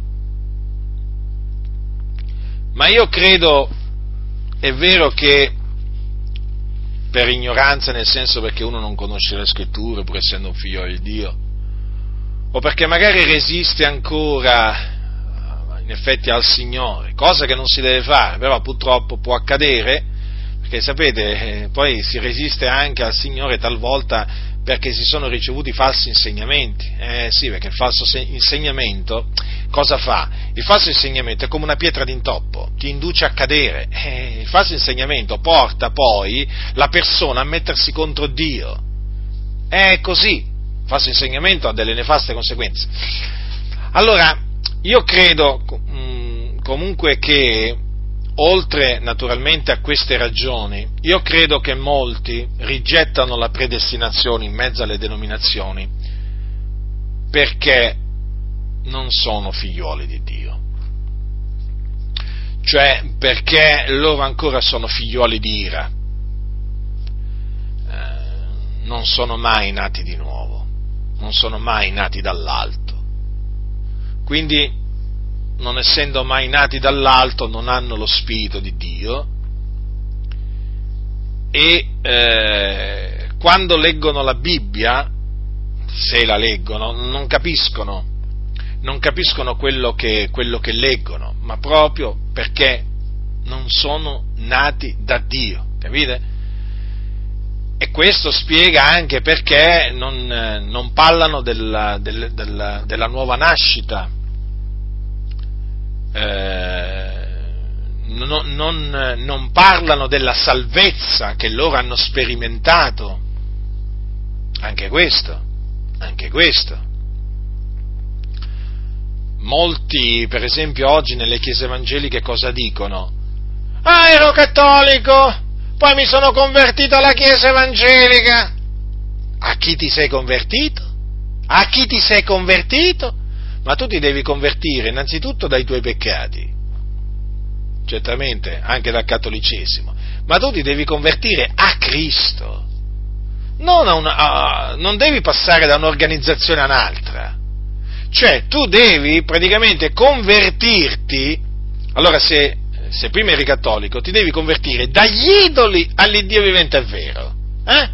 ma io credo, è vero che per ignoranza, nel senso perché uno non conosce le scritture, pur essendo un figlio di Dio, o perché magari resiste ancora, in effetti, al Signore, cosa che non si deve fare, però purtroppo può accadere, perché sapete, poi si resiste anche al Signore talvolta perché si sono ricevuti falsi insegnamenti. Eh sì, perché il falso insegnamento cosa fa? Il falso insegnamento è come una pietra d'intoppo, ti induce a cadere. Eh, il falso insegnamento porta poi la persona a mettersi contro Dio. È così, il falso insegnamento ha delle nefaste conseguenze. Allora, io credo mh, comunque che, oltre naturalmente a queste ragioni, io credo che molti rigettano la predestinazione in mezzo alle denominazioni perché non sono figlioli di Dio, cioè perché loro ancora sono figlioli di ira, eh, non sono mai nati di nuovo, non sono mai nati dall'alto, quindi, non essendo mai nati dall'alto, non hanno lo Spirito di Dio e eh, quando leggono la Bibbia, se la leggono, non capiscono, non capiscono quello che, quello che leggono, ma proprio perché non sono nati da Dio, capite? E questo spiega anche perché non, non parlano della, della, della, della nuova nascita. Eh, non, non, non parlano della salvezza che loro hanno sperimentato, anche questo, anche questo. Molti, per esempio, oggi nelle chiese evangeliche cosa dicono? Ah, ero cattolico, poi mi sono convertito alla chiesa evangelica. A chi ti sei convertito? A chi ti sei convertito? Ma tu ti devi convertire innanzitutto dai tuoi peccati, certamente anche dal cattolicesimo, ma tu ti devi convertire a Cristo, non, a una, a, non devi passare da un'organizzazione a un'altra, cioè tu devi praticamente convertirti, allora se, se prima eri cattolico ti devi convertire dagli idoli all'Iddio vivente e vero, eh?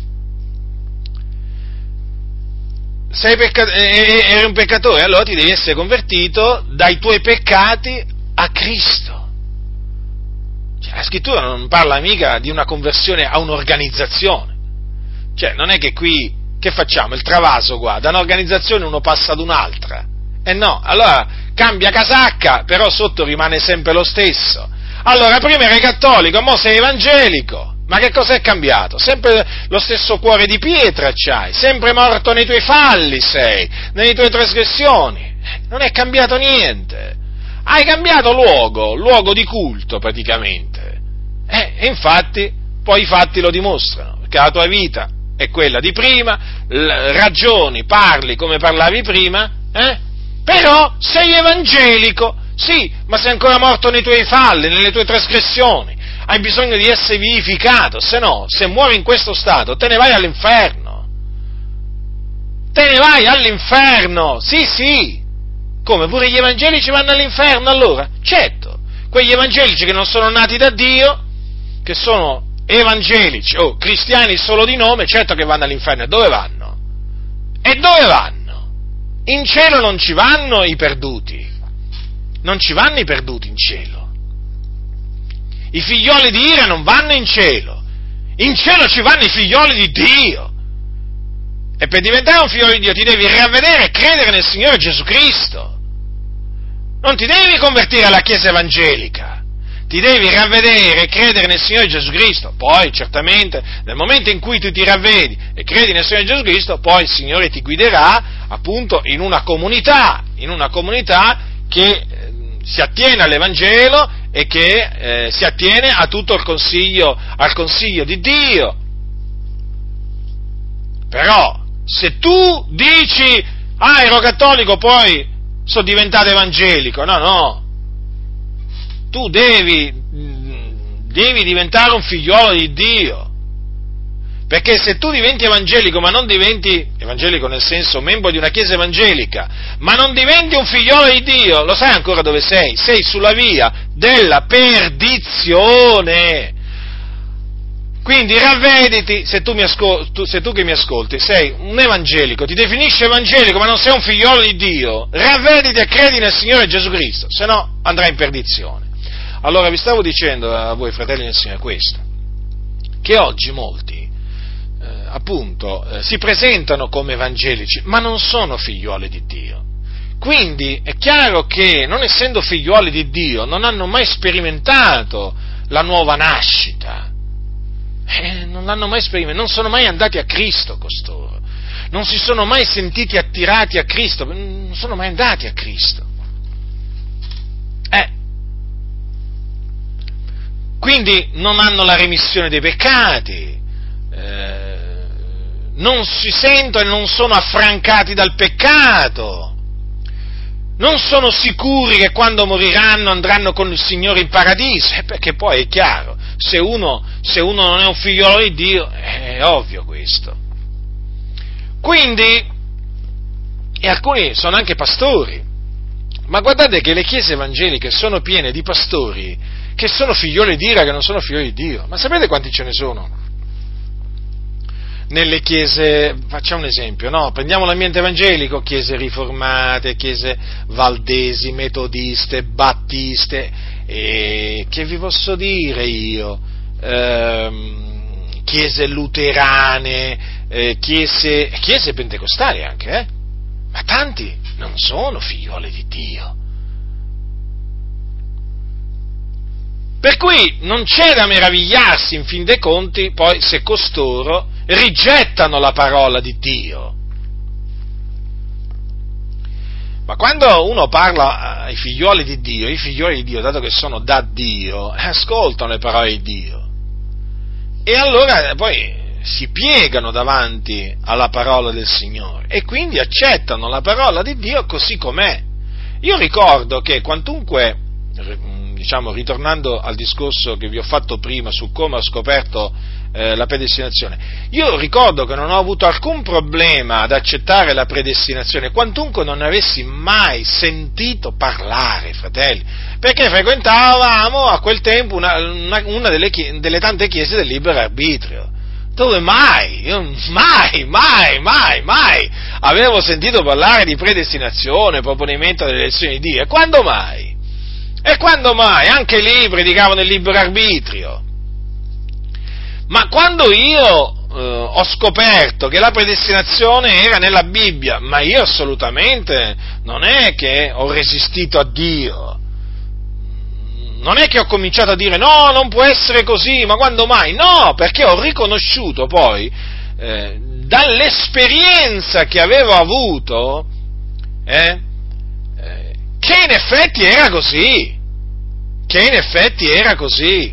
Sei peccat- eri un peccatore, allora ti devi essere convertito dai tuoi peccati a Cristo. Cioè, la scrittura non parla mica di una conversione a un'organizzazione. Cioè, non è che qui, che facciamo? Il travaso qua, da un'organizzazione uno passa ad un'altra. E eh no, allora cambia casacca, però sotto rimane sempre lo stesso. Allora, prima eri cattolico, mo sei evangelico. Ma che cosa è cambiato? Sempre lo stesso cuore di pietra c'hai, sempre morto nei tuoi falli sei, nelle tue trasgressioni, non è cambiato niente, hai cambiato luogo, luogo di culto praticamente, eh, e infatti poi i fatti lo dimostrano, perché la tua vita è quella di prima, ragioni, parli come parlavi prima, eh, però sei evangelico, sì, ma sei ancora morto nei tuoi falli, nelle tue trasgressioni. Hai bisogno di essere vivificato, se no, se muori in questo stato, te ne vai all'inferno. te ne vai all'inferno, sì sì, come pure gli evangelici vanno all'inferno allora? Certo, quegli evangelici che non sono nati da Dio, che sono evangelici o cristiani solo di nome, certo che vanno all'inferno. E dove vanno? E dove vanno? In cielo non ci vanno i perduti, non ci vanno i perduti in cielo. I figlioli di ira non vanno in cielo, in cielo ci vanno i figlioli di Dio. E per diventare un figlio di Dio ti devi ravvedere e credere nel Signore Gesù Cristo. Non ti devi convertire alla Chiesa evangelica, ti devi ravvedere e credere nel Signore Gesù Cristo. Poi, certamente, nel momento in cui tu ti ravvedi e credi nel Signore Gesù Cristo, poi il Signore ti guiderà appunto in una comunità, in una comunità che eh, si attiene all'Evangelo e che eh, si attiene a tutto il consiglio, al consiglio di Dio. Però, se tu dici, ah, ero cattolico, poi sono diventato evangelico, no, no, tu devi, devi diventare un figliolo di Dio, perché se tu diventi evangelico, ma non diventi, evangelico nel senso membro di una chiesa evangelica, ma non diventi un figliolo di Dio, lo sai ancora dove sei? Sei sulla via della perdizione. Quindi ravvediti, se tu, mi ascolti, se tu che mi ascolti sei un evangelico, ti definisci evangelico ma non sei un figliolo di Dio, ravvediti e credi nel Signore Gesù Cristo, se no andrai in perdizione. Allora vi stavo dicendo a voi fratelli nel Signore questo, che oggi molti eh, appunto eh, si presentano come evangelici ma non sono figlioli di Dio. Quindi è chiaro che non essendo figlioli di Dio non hanno mai sperimentato la nuova nascita. Eh, non l'hanno mai sperimentato, non sono mai andati a Cristo costoro, non si sono mai sentiti attirati a Cristo, non sono mai andati a Cristo. Eh. Quindi non hanno la remissione dei peccati, eh, non si sentono e non sono affrancati dal peccato, non sono sicuri che quando moriranno andranno con il Signore in paradiso, eh, perché poi è chiaro, se uno, se uno non è un figliolo di Dio, è ovvio questo. Quindi, e alcuni sono anche pastori, ma guardate che le chiese evangeliche sono piene di pastori che sono figlioli di ira, che non sono figlioli di Dio. Ma sapete quanti ce ne sono? Nelle chiese, facciamo un esempio, no? Prendiamo l'ambiente evangelico, chiese riformate, chiese valdesi, metodiste, battiste, e che vi posso dire io? Ehm, chiese luterane, eh, chiese, chiese pentecostali anche, eh? Ma tanti non sono figlioli di Dio. Per cui non c'è da meravigliarsi, in fin dei conti, poi se costoro rigettano la parola di Dio. Ma quando uno parla ai figlioli di Dio, i figlioli di Dio, dato che sono da Dio, ascoltano le parole di Dio. E allora poi si piegano davanti alla parola del Signore e quindi accettano la parola di Dio così com'è. Io ricordo che quantunque, diciamo, ritornando al discorso che vi ho fatto prima su come ho scoperto eh, la predestinazione, io ricordo che non ho avuto alcun problema ad accettare la predestinazione, quantunque non ne avessi mai sentito parlare, fratelli, perché frequentavamo a quel tempo una, una, una delle, delle tante chiese del libero arbitrio, dove mai, io mai, mai, mai, mai avevo sentito parlare di predestinazione, proponimento delle elezioni di Dio, e quando mai? E quando mai? Anche lì predicavano il libero arbitrio. Ma quando io eh, ho scoperto che la predestinazione era nella Bibbia, ma io assolutamente non è che ho resistito a Dio, non è che ho cominciato a dire no, non può essere così, ma quando mai? No, perché ho riconosciuto poi, eh, dall'esperienza che avevo avuto, eh, eh, che in effetti era così, che in effetti era così.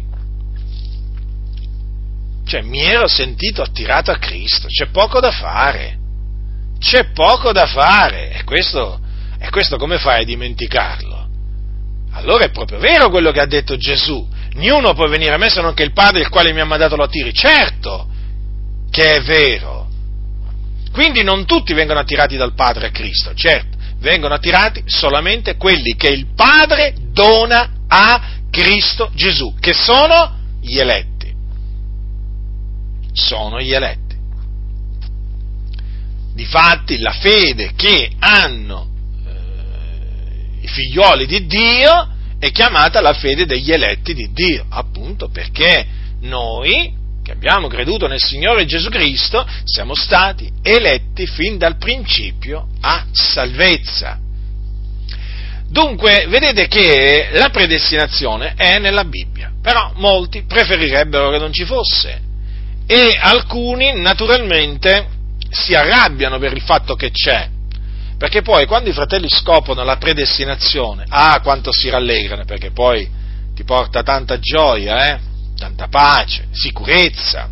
Cioè, mi ero sentito attirato a Cristo, c'è poco da fare, c'è poco da fare, e questo, e questo come fai a dimenticarlo? Allora è proprio vero quello che ha detto Gesù, niuno può venire a me se non che il Padre il quale mi ha mandato lo attiri, certo che è vero, Quindi non tutti vengono attirati dal Padre a Cristo, certo, vengono attirati solamente quelli che il Padre dona a Cristo Gesù, che sono gli eletti. Sono gli eletti. Difatti la fede che hanno eh, i figlioli di Dio è chiamata la fede degli eletti di Dio, appunto perché noi, che abbiamo creduto nel Signore Gesù Cristo, siamo stati eletti fin dal principio a salvezza. Dunque, vedete che la predestinazione è nella Bibbia, però molti preferirebbero che non ci fosse e alcuni naturalmente si arrabbiano per il fatto che c'è, perché poi quando i fratelli scoprono la predestinazione, ah, quanto si rallegrano, perché poi ti porta tanta gioia, eh? Tanta pace, sicurezza,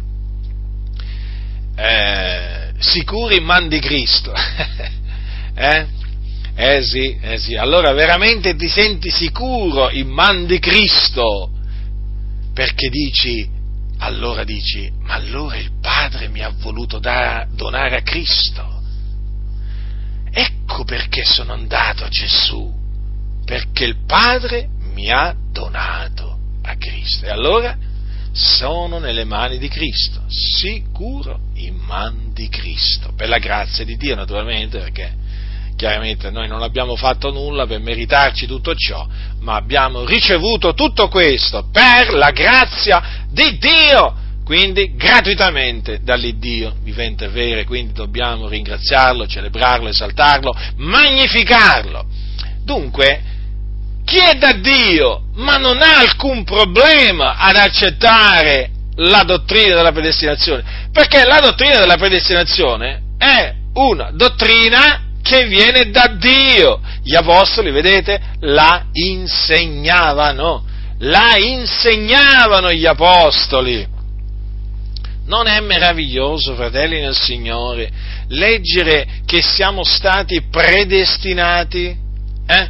eh, sicuri in man di Cristo, eh? Eh sì, eh sì, allora veramente ti senti sicuro in man di Cristo, perché dici, allora dici, ma allora il Padre mi ha voluto da, donare a Cristo, ecco perché sono andato a Gesù, perché il Padre mi ha donato a Cristo, e allora sono nelle mani di Cristo, sicuro in man di Cristo, per la grazia di Dio naturalmente, perché chiaramente noi non abbiamo fatto nulla per meritarci tutto ciò, ma abbiamo ricevuto tutto questo per la grazia di Dio, quindi gratuitamente dall'Iddio vivente e vero, quindi dobbiamo ringraziarlo, celebrarlo, esaltarlo, magnificarlo. Dunque, chi è da Dio, ma non ha alcun problema ad accettare la dottrina della predestinazione, perché la dottrina della predestinazione è una dottrina che viene da Dio. Gli apostoli, vedete, la insegnavano, la insegnavano gli apostoli. Non è meraviglioso, fratelli nel Signore, leggere che siamo stati predestinati, eh?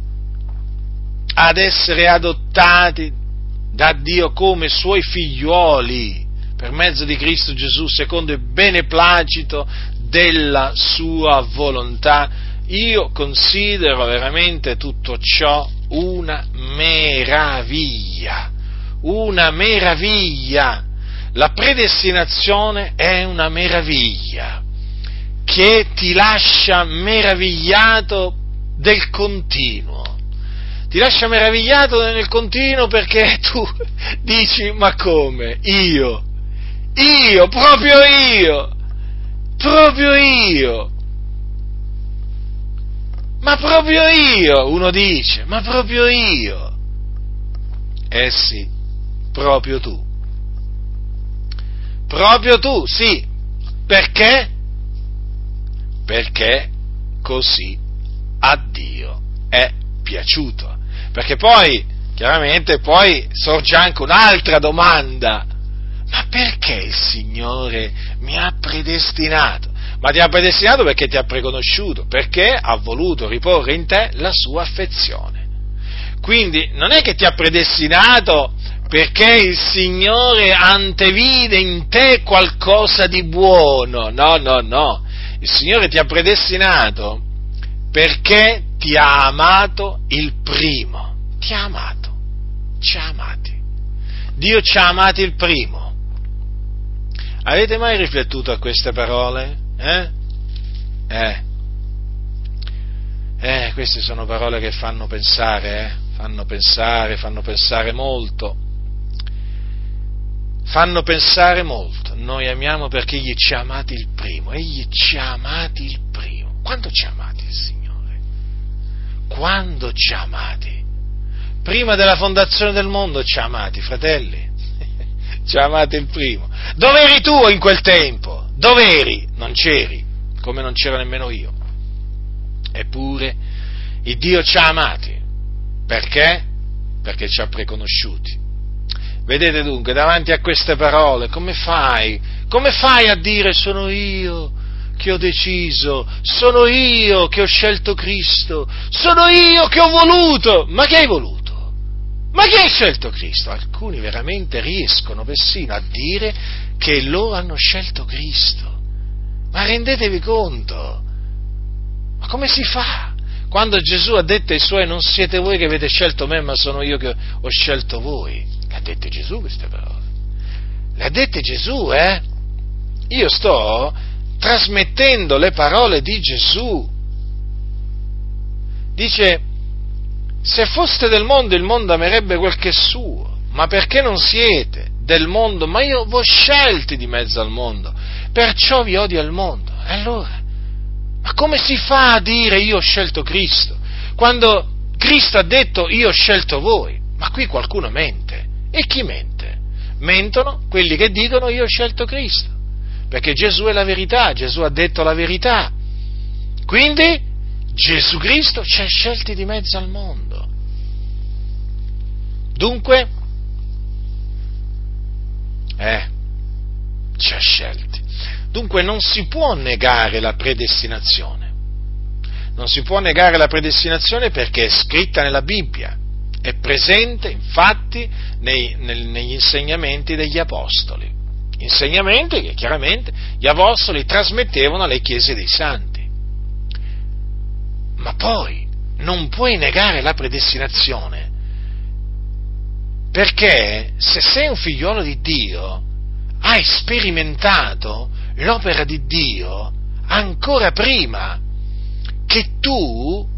ad essere adottati da Dio come Suoi figliuoli per mezzo di Cristo Gesù, secondo il beneplacito della Sua volontà. Io considero veramente tutto ciò una meraviglia, una meraviglia. La predestinazione è una meraviglia che ti lascia meravigliato del continuo. Ti lascia meravigliato nel continuo perché tu dici, ma come? Io? Io? Proprio io? Proprio io? Ma proprio io? Uno dice, ma proprio io? Eh sì, proprio tu. Proprio tu, sì. Perché? Perché così a Dio è piaciuto. Perché poi, chiaramente, poi sorge anche un'altra domanda. Ma perché il Signore mi ha predestinato? Ma ti ha predestinato perché ti ha preconosciuto, perché ha voluto riporre in te la sua affezione. Quindi non è che ti ha predestinato perché il Signore antevide in te qualcosa di buono, no, no, no. Il Signore ti ha predestinato perché ti ha amato il primo. Ti ha amato, ci ha amati. Dio ci ha amati il primo. Avete mai riflettuto a queste parole? Eh? Eh. Eh, queste sono parole che fanno pensare, eh? Fanno pensare, fanno pensare molto. Fanno pensare molto. Noi amiamo perché Egli ci ha amati il primo. Egli ci ha amati il primo. Quando ci ha amati il Signore? Quando ci ha amati? Prima della fondazione del mondo ci ha amati, fratelli. Ci ha amati il primo. Dove eri tu in quel tempo? Dove eri? Non c'eri, come non c'ero nemmeno io. Eppure il Dio ci ha amati. Perché? Perché ci ha preconosciuti. Vedete dunque, davanti a queste parole, come fai? Come fai a dire sono io che ho deciso, sono io che ho scelto Cristo, sono io che ho voluto? Ma che hai voluto? Ma chi ha scelto Cristo? Alcuni veramente riescono persino a dire che loro hanno scelto Cristo. Ma rendetevi conto, ma come si fa? Quando Gesù ha detto ai Suoi, non siete voi che avete scelto me, ma sono io che ho scelto voi. Le ha dette Gesù queste parole. Le ha dette Gesù, eh? Io sto trasmettendo le parole di Gesù. Dice, se foste del mondo, il mondo amerebbe quel che è suo, ma perché non siete del mondo, ma io vi ho scelti di mezzo al mondo, perciò vi odio al mondo. E allora, ma come si fa a dire io ho scelto Cristo, quando Cristo ha detto io ho scelto voi? Ma qui qualcuno mente. E chi mente? Mentono quelli che dicono io ho scelto Cristo, perché Gesù è la verità, Gesù ha detto la verità. Quindi Gesù Cristo ci ha scelti di mezzo al mondo. Dunque, eh, ci ha scelti. Dunque non si può negare la predestinazione. Non si può negare la predestinazione perché è scritta nella Bibbia, è presente infatti nei, nel, negli insegnamenti degli apostoli. Insegnamenti che chiaramente gli apostoli trasmettevano alle chiese dei santi. Ma poi non puoi negare la predestinazione, perché se sei un figliuolo di Dio hai sperimentato l'opera di Dio ancora prima che tu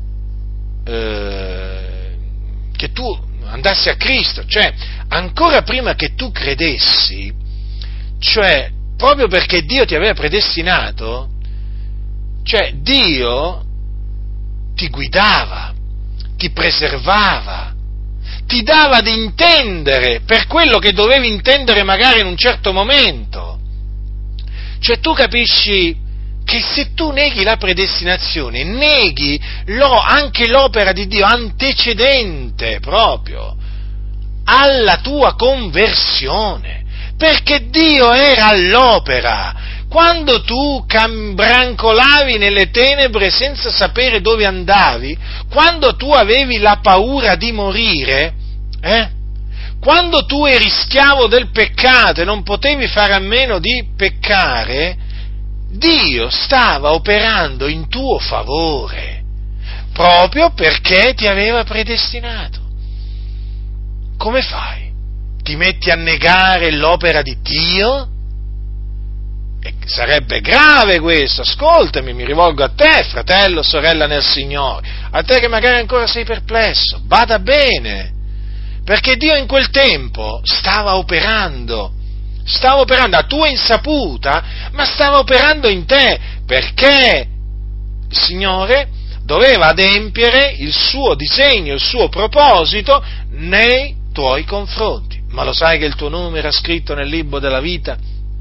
eh, che tu andassi a Cristo, cioè ancora prima che tu credessi, cioè proprio perché Dio ti aveva predestinato, cioè Dio ti guidava, ti preservava, ti dava ad intendere per quello che dovevi intendere magari in un certo momento. Cioè tu capisci che se tu neghi la predestinazione, neghi lo, anche l'opera di Dio antecedente proprio alla tua conversione, perché Dio era all'opera. Quando tu cambrancolavi nelle tenebre senza sapere dove andavi, quando tu avevi la paura di morire, eh? Quando tu eri schiavo del peccato e non potevi fare a meno di peccare, Dio stava operando in tuo favore, proprio perché ti aveva predestinato. Come fai? Ti metti a negare l'opera di Dio? E sarebbe grave questo, ascoltami, mi rivolgo a te, fratello, sorella nel Signore, a te che magari ancora sei perplesso, bada bene, perché Dio in quel tempo stava operando, stava operando a tua insaputa, ma stava operando in te, perché il Signore doveva adempiere il suo disegno, il suo proposito nei tuoi confronti. Ma lo sai che il tuo nome era scritto nel libro della vita?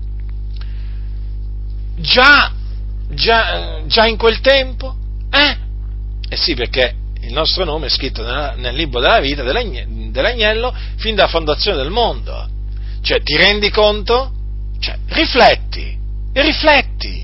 Già, già, già in quel tempo? Eh? Eh sì, perché il nostro nome è scritto nel, nel libro della vita dell'agnello fin dalla fondazione del mondo. Cioè, ti rendi conto? Cioè, rifletti, e rifletti.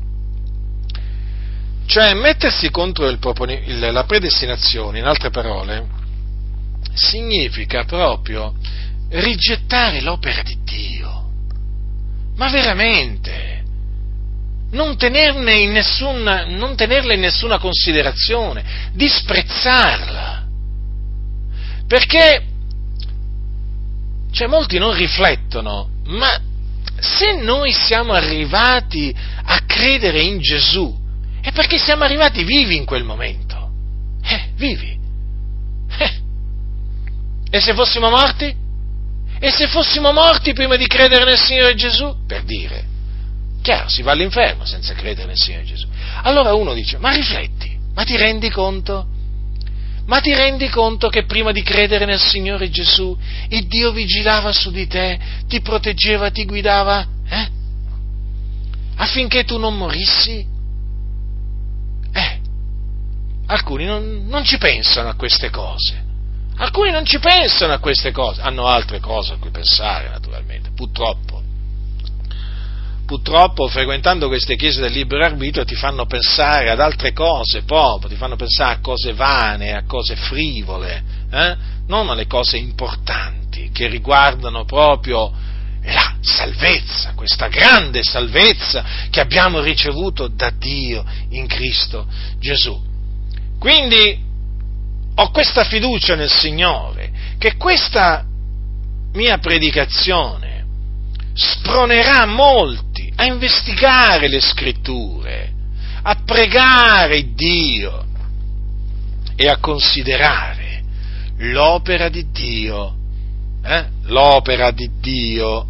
Cioè, mettersi contro il proponi- il, la predestinazione, in altre parole, significa proprio rigettare l'opera di Dio. Ma veramente, non tenerne in nessuna, non tenerla in nessuna considerazione, disprezzarla. Perché, cioè, molti non riflettono, ma se noi siamo arrivati a credere in Gesù, è perché siamo arrivati vivi in quel momento. Eh, vivi. Eh. E se fossimo morti? E se fossimo morti prima di credere nel Signore Gesù? Per dire. Chiaro, si va all'inferno senza credere nel Signore Gesù. Allora uno dice, ma rifletti, ma ti rendi conto? Ma ti rendi conto che prima di credere nel Signore Gesù, il Dio vigilava su di te, ti proteggeva, ti guidava, eh? Affinché tu non morissi? Eh, alcuni non, non ci pensano a queste cose. Alcuni non ci pensano a queste cose, hanno altre cose a cui pensare, naturalmente, purtroppo. Purtroppo, frequentando queste chiese del libero arbitrio, ti fanno pensare ad altre cose proprio, ti fanno pensare a cose vane, a cose frivole, eh? Non alle cose importanti, che riguardano proprio la salvezza, questa grande salvezza che abbiamo ricevuto da Dio in Cristo Gesù. Quindi ho questa fiducia nel Signore, che questa mia predicazione spronerà molti a investigare le Scritture, a pregare Dio e a considerare l'opera di Dio, eh? l'opera di Dio,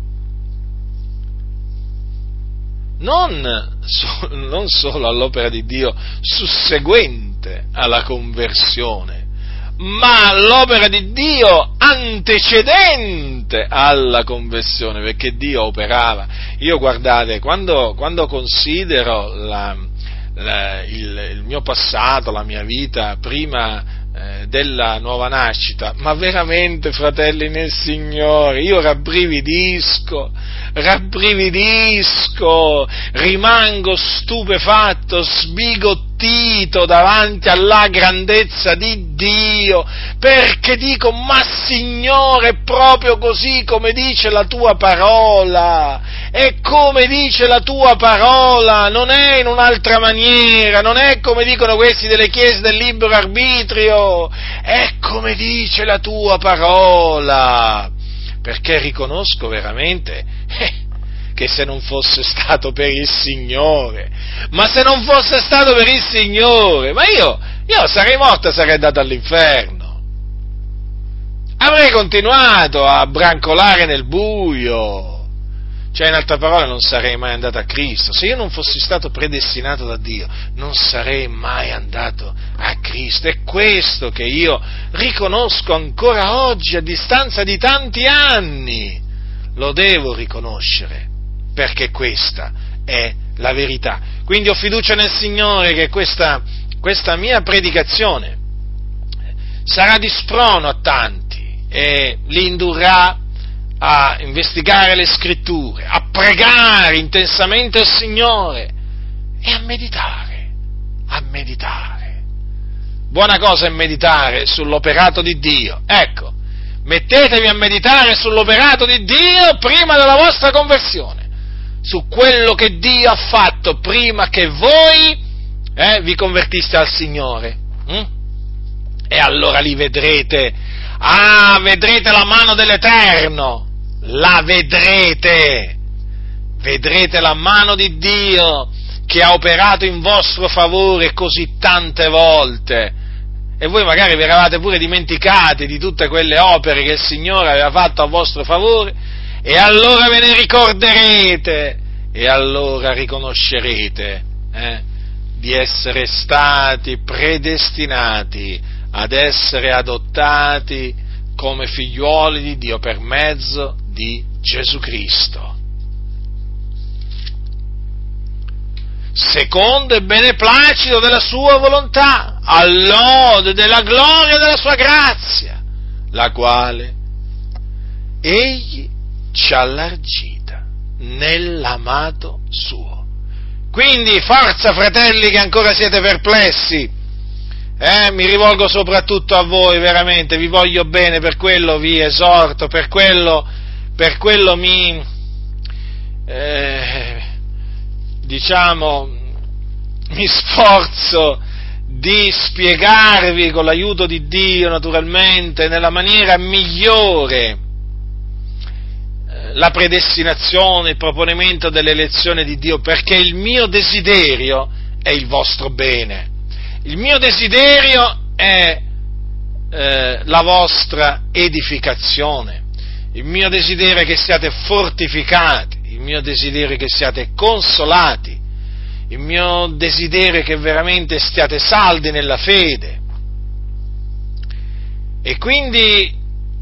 non, so, non solo all'opera di Dio susseguente alla conversione, ma l'opera di Dio antecedente alla conversione, perché Dio operava. Io, guardate, quando, quando considero la, la, il, il mio passato, la mia vita prima eh, della nuova nascita, ma veramente, fratelli nel Signore, io rabbrividisco, rabbrividisco, rimango stupefatto, sbigottito davanti alla grandezza di Dio, perché dico: ma Signore, è proprio così come dice la tua parola, è come dice la tua parola, non è in un'altra maniera, non è come dicono questi delle chiese del libero arbitrio, è come dice la tua parola, perché riconosco veramente eh, che se non fosse stato per il Signore, ma se non fosse stato per il Signore, ma io, io sarei morto e sarei andato all'inferno, avrei continuato a brancolare nel buio, cioè in altre parole non sarei mai andato a Cristo. Se io non fossi stato predestinato da Dio, non sarei mai andato a Cristo. È questo che io riconosco ancora oggi, a distanza di tanti anni, lo devo riconoscere, perché questa è la verità. Quindi ho fiducia nel Signore che questa, questa mia predicazione sarà di sprono a tanti e li indurrà a investigare le Scritture, a pregare intensamente il Signore e a meditare, a meditare. Buona cosa è meditare sull'operato di Dio. Ecco, mettetevi a meditare sull'operato di Dio prima della vostra conversione, su quello che Dio ha fatto prima che voi eh, vi convertiste al Signore. Hm? E allora li vedrete, ah, vedrete la mano dell'Eterno, la vedrete, vedrete la mano di Dio che ha operato in vostro favore così tante volte, e voi magari vi eravate pure dimenticati di tutte quelle opere che il Signore aveva fatto a vostro favore, e allora ve ne ricorderete, e allora riconoscerete eh, di essere stati predestinati ad essere adottati come figliuoli di Dio per mezzo di Gesù Cristo, secondo il beneplacito della sua volontà, all'ode della gloria della sua grazia, la quale Egli ci ha allargita nell'amato suo. Quindi forza, fratelli, che ancora siete perplessi, eh, mi rivolgo soprattutto a voi, veramente, vi voglio bene, per quello vi esorto, per quello, per quello mi, eh, diciamo, mi sforzo di spiegarvi con l'aiuto di Dio, naturalmente, nella maniera migliore la predestinazione, il proponimento dell'elezione di Dio, perché il mio desiderio è il vostro bene, il mio desiderio è eh, la vostra edificazione, il mio desiderio è che siate fortificati, il mio desiderio è che siate consolati, il mio desiderio è che veramente stiate saldi nella fede. E quindi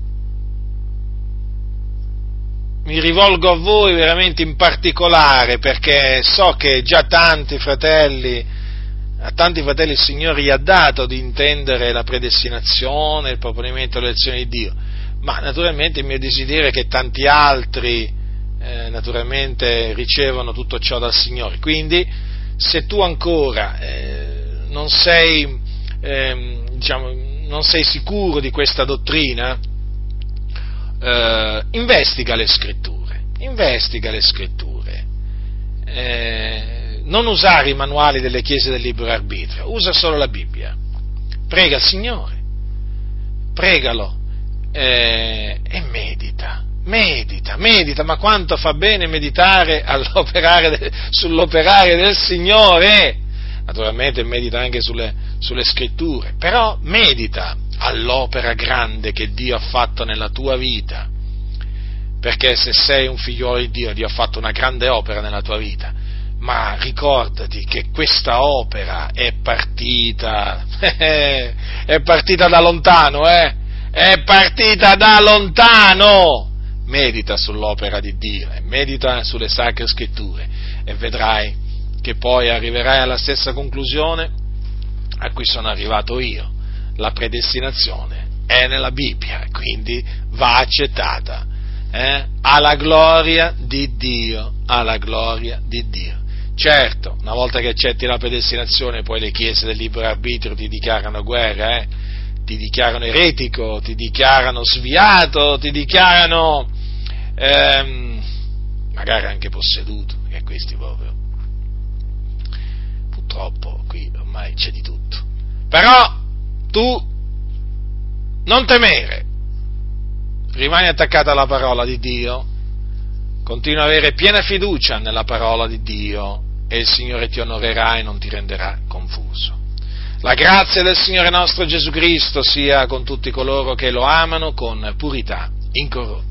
mi rivolgo a voi veramente in particolare, perché so che già tanti fratelli, a tanti fratelli il Signore gli ha dato di intendere la predestinazione, il proponimento dell'elezione di Dio, ma naturalmente il mio desiderio è che tanti altri eh, naturalmente ricevono tutto ciò dal Signore. Quindi se tu ancora eh, non sei eh, diciamo non sei sicuro di questa dottrina, eh, investiga le Scritture, investiga le scritture, eh, non usare i manuali delle chiese del libero arbitrio, usa solo la Bibbia, prega il Signore, pregalo eh, e medita, medita, medita, ma quanto fa bene meditare all'operare de, sull'operare del Signore. Naturalmente medita anche sulle, sulle scritture, però medita all'opera grande che Dio ha fatto nella tua vita, perché se sei un figliuolo di Dio, Dio ha fatto una grande opera nella tua vita, ma ricordati che questa opera è partita, è partita da lontano, eh? È partita da lontano! Medita sull'opera di Dio, medita sulle sacre scritture e vedrai che poi arriverai alla stessa conclusione a cui sono arrivato io. La predestinazione è nella Bibbia, quindi va accettata, eh? alla gloria di Dio, alla gloria di Dio. Certo, una volta che accetti la predestinazione, poi le chiese del libero arbitrio ti dichiarano guerra, eh? ti dichiarano eretico, ti dichiarano sviato, ti dichiarano ehm, magari anche posseduto, e questi proprio, purtroppo qui ormai c'è di tutto. Però tu non temere, rimani attaccato alla parola di Dio, continua ad avere piena fiducia nella parola di Dio e il Signore ti onorerà e non ti renderà confuso. La grazia del Signore nostro Gesù Cristo sia con tutti coloro che lo amano con purità incorrotta.